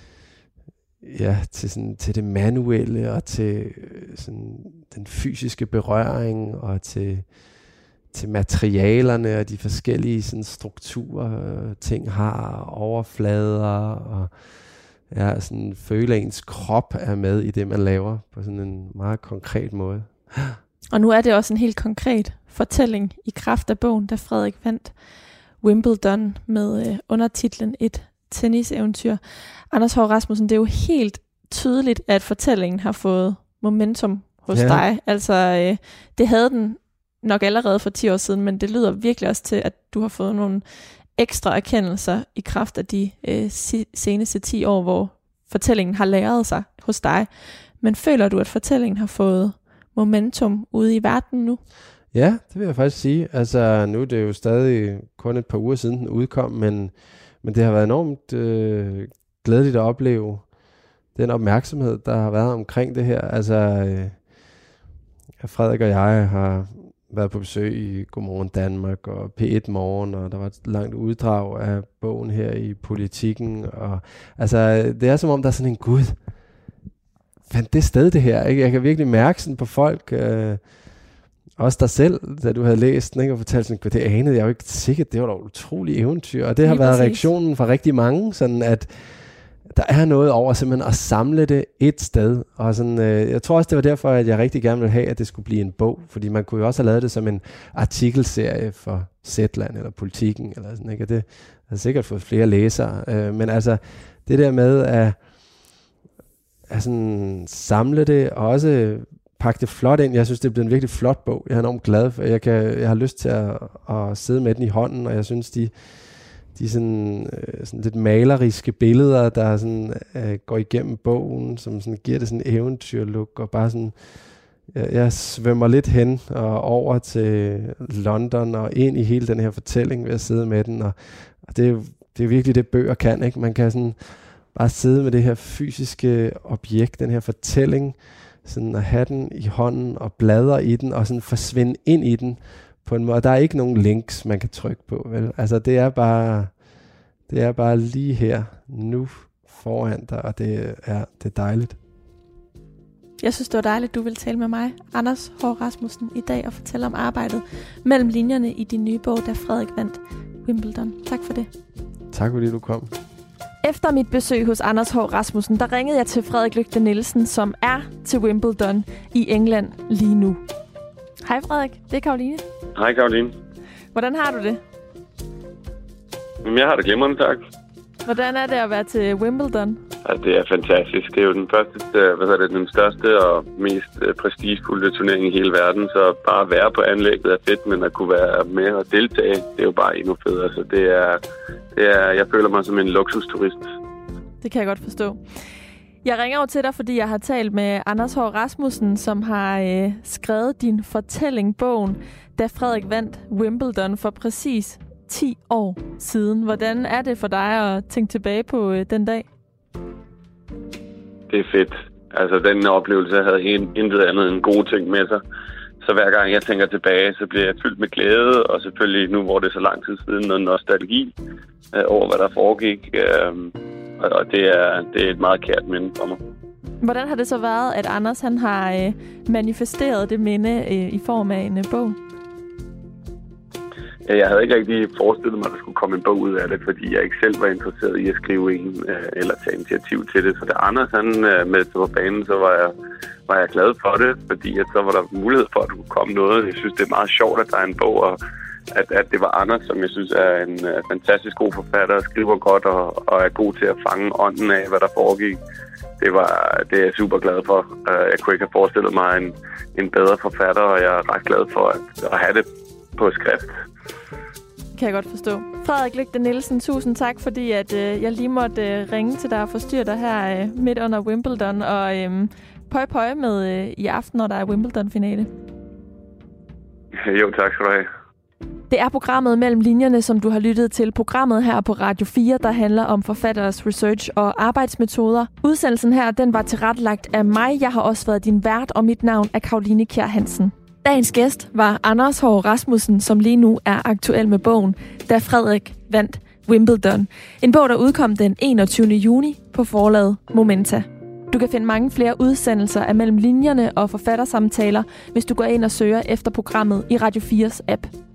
til det manuelle, og til sådan den fysiske berøring, og til materialerne og de forskellige sådan strukturer, ting har, overflader, og sådan føle, at ens krop er med i det, man laver, på sådan en meget konkret måde. Og nu er det også en helt konkret fortælling i kraft af bogen, da Frederik vandt Wimbledon med undertitlen Et tenniseventyr. Anders Haahr Rasmussen, det er jo helt tydeligt, at fortællingen har fået momentum hos dig. Altså, det havde den nok allerede for 10 år siden, men det lyder virkelig også til, at du har fået nogle ekstra erkendelser i kraft af de seneste 10 år, hvor fortællingen har læret sig hos dig. Men føler du, at fortællingen har fået momentum ude i verden nu? Ja, det vil jeg faktisk sige. Altså, nu er det jo stadig kun et par uger siden den udkom, men det har været enormt glædeligt at opleve den opmærksomhed, der har været omkring det her. Altså, Frederik og jeg har været på besøg i Godmorgen Danmark og P1 Morgen, og der var et langt uddrag af bogen her i Politikken. Og, altså, det er som om, der er sådan en gud. Fandt det sted det her, ikke? Jeg kan virkelig mærke sådan på folk, også dig selv, da du havde læst den, ikke? Og fortalt sådan, det anede jeg jo ikke sikkert, det var da et utroligt eventyr. Og det har været reaktionen fra rigtig mange, sådan at der er noget over simpelthen at samle det et sted. Og sådan, jeg tror også, det var derfor, at jeg rigtig gerne ville have, at det skulle blive en bog. Fordi man kunne jo også have lavet det som en artikelserie for Zetland eller Politikken. Eller sådan, ikke? Og det har sikkert fået flere læsere. Men altså, det der med at sådan samle det, og også pakke det flot ind. Jeg synes, det er blevet en virkelig flot bog. Jeg er enormt glad for. Jeg har lyst til at sidde med den i hånden, og jeg synes, de sådan lidt maleriske billeder, der sådan går igennem bogen, som sådan giver det sådan en eventyrlook, og bare sådan, jeg svømmer lidt hen og over til London og ind i hele den her fortælling ved at sidde med den, og det er virkelig det, bøger kan, ikke? Man kan sådan bare sidde med det her fysiske objekt, den her fortælling, sådan at have den i hånden og bladre i den, og sådan forsvinde ind i den på en måde. Der er ikke nogen links, man kan trykke på, vel? Altså, det er bare lige her, nu foran dig, og det er dejligt. Jeg synes, det var dejligt, du ville tale med mig, Anders Haahr Rasmussen, i dag og fortælle om arbejdet mellem linjerne i din nye bog, da Frederik vandt Wimbledon. Tak for det. Tak fordi du kom. Efter mit besøg hos Anders Haahr Rasmussen, der ringede jeg til Frederik Lygte Nielsen, som er til Wimbledon i England lige nu. Hej Frederik, det er Karoline. Hej Karoline. Hvordan har du det? Jeg har det glimrende, tak. Hvordan er det at være til Wimbledon? Altså, det er fantastisk. Det er jo den største og mest prestigefulde turnering i hele verden, så bare at være på anlægget er fedt, men at kunne være med og deltage, det er jo bare endnu federe. Så det er, jeg føler mig som en luksusturist. Det kan jeg godt forstå. Jeg ringer jo til dig, fordi jeg har talt med Anders Haahr Rasmussen, som har skrevet din fortælling-bogen, da Frederik vandt Wimbledon for præcis 10 år siden. Hvordan er det for dig at tænke tilbage på den dag? Det er fedt. Altså, den oplevelse havde intet andet end gode ting med sig. Så hver gang jeg tænker tilbage, så bliver jeg fyldt med glæde, og selvfølgelig nu, hvor det er så lang tid siden, noget nostalgi over, hvad der foregik. Og det er et meget kært minde for mig. Hvordan har det så været, at Anders han har manifesteret det minde i form af en bog? Jeg havde ikke rigtig forestillet mig, at der skulle komme en bog ud af det, fordi jeg ikke selv var interesseret i at skrive en eller tage initiativ til det. Så da Anders han meldte sig på banen, så var jeg glad for det, fordi at så var der mulighed for, at der kunne komme noget. Jeg synes, det er meget sjovt, at der er en bog, og at det var Anders, som jeg synes er en fantastisk god forfatter, skriver godt og er god til at fange ånden af, hvad der foregik. Det er jeg super glad for. Jeg kunne ikke have forestillet mig en bedre forfatter, og jeg er ret glad for at have det på skrift. Kan jeg godt forstå. Frederik Lygte Nielsen, tusind tak, fordi at jeg lige måtte ringe til dig og forstyrre dig her midt under Wimbledon. Og pøj med i aften, når der er Wimbledon-finale. Jo, tak skal du have. Det er programmet Mellem Linjerne, som du har lyttet til. Programmet her på Radio 4, der handler om forfatteres research og arbejdsmetoder. Udsendelsen her, den var tilrettelagt af mig. Jeg har også været din vært, og mit navn er Caroline Kjær Hansen. Dagens gæst var Anders Haahr Rasmussen, som lige nu er aktuel med bogen, Da Frederik vandt Wimbledon. En bog, der udkom den 21. juni på forlaget Momenta. Du kan finde mange flere udsendelser af Mellem Linjerne og forfattersamtaler, hvis du går ind og søger efter programmet i Radio 4's app.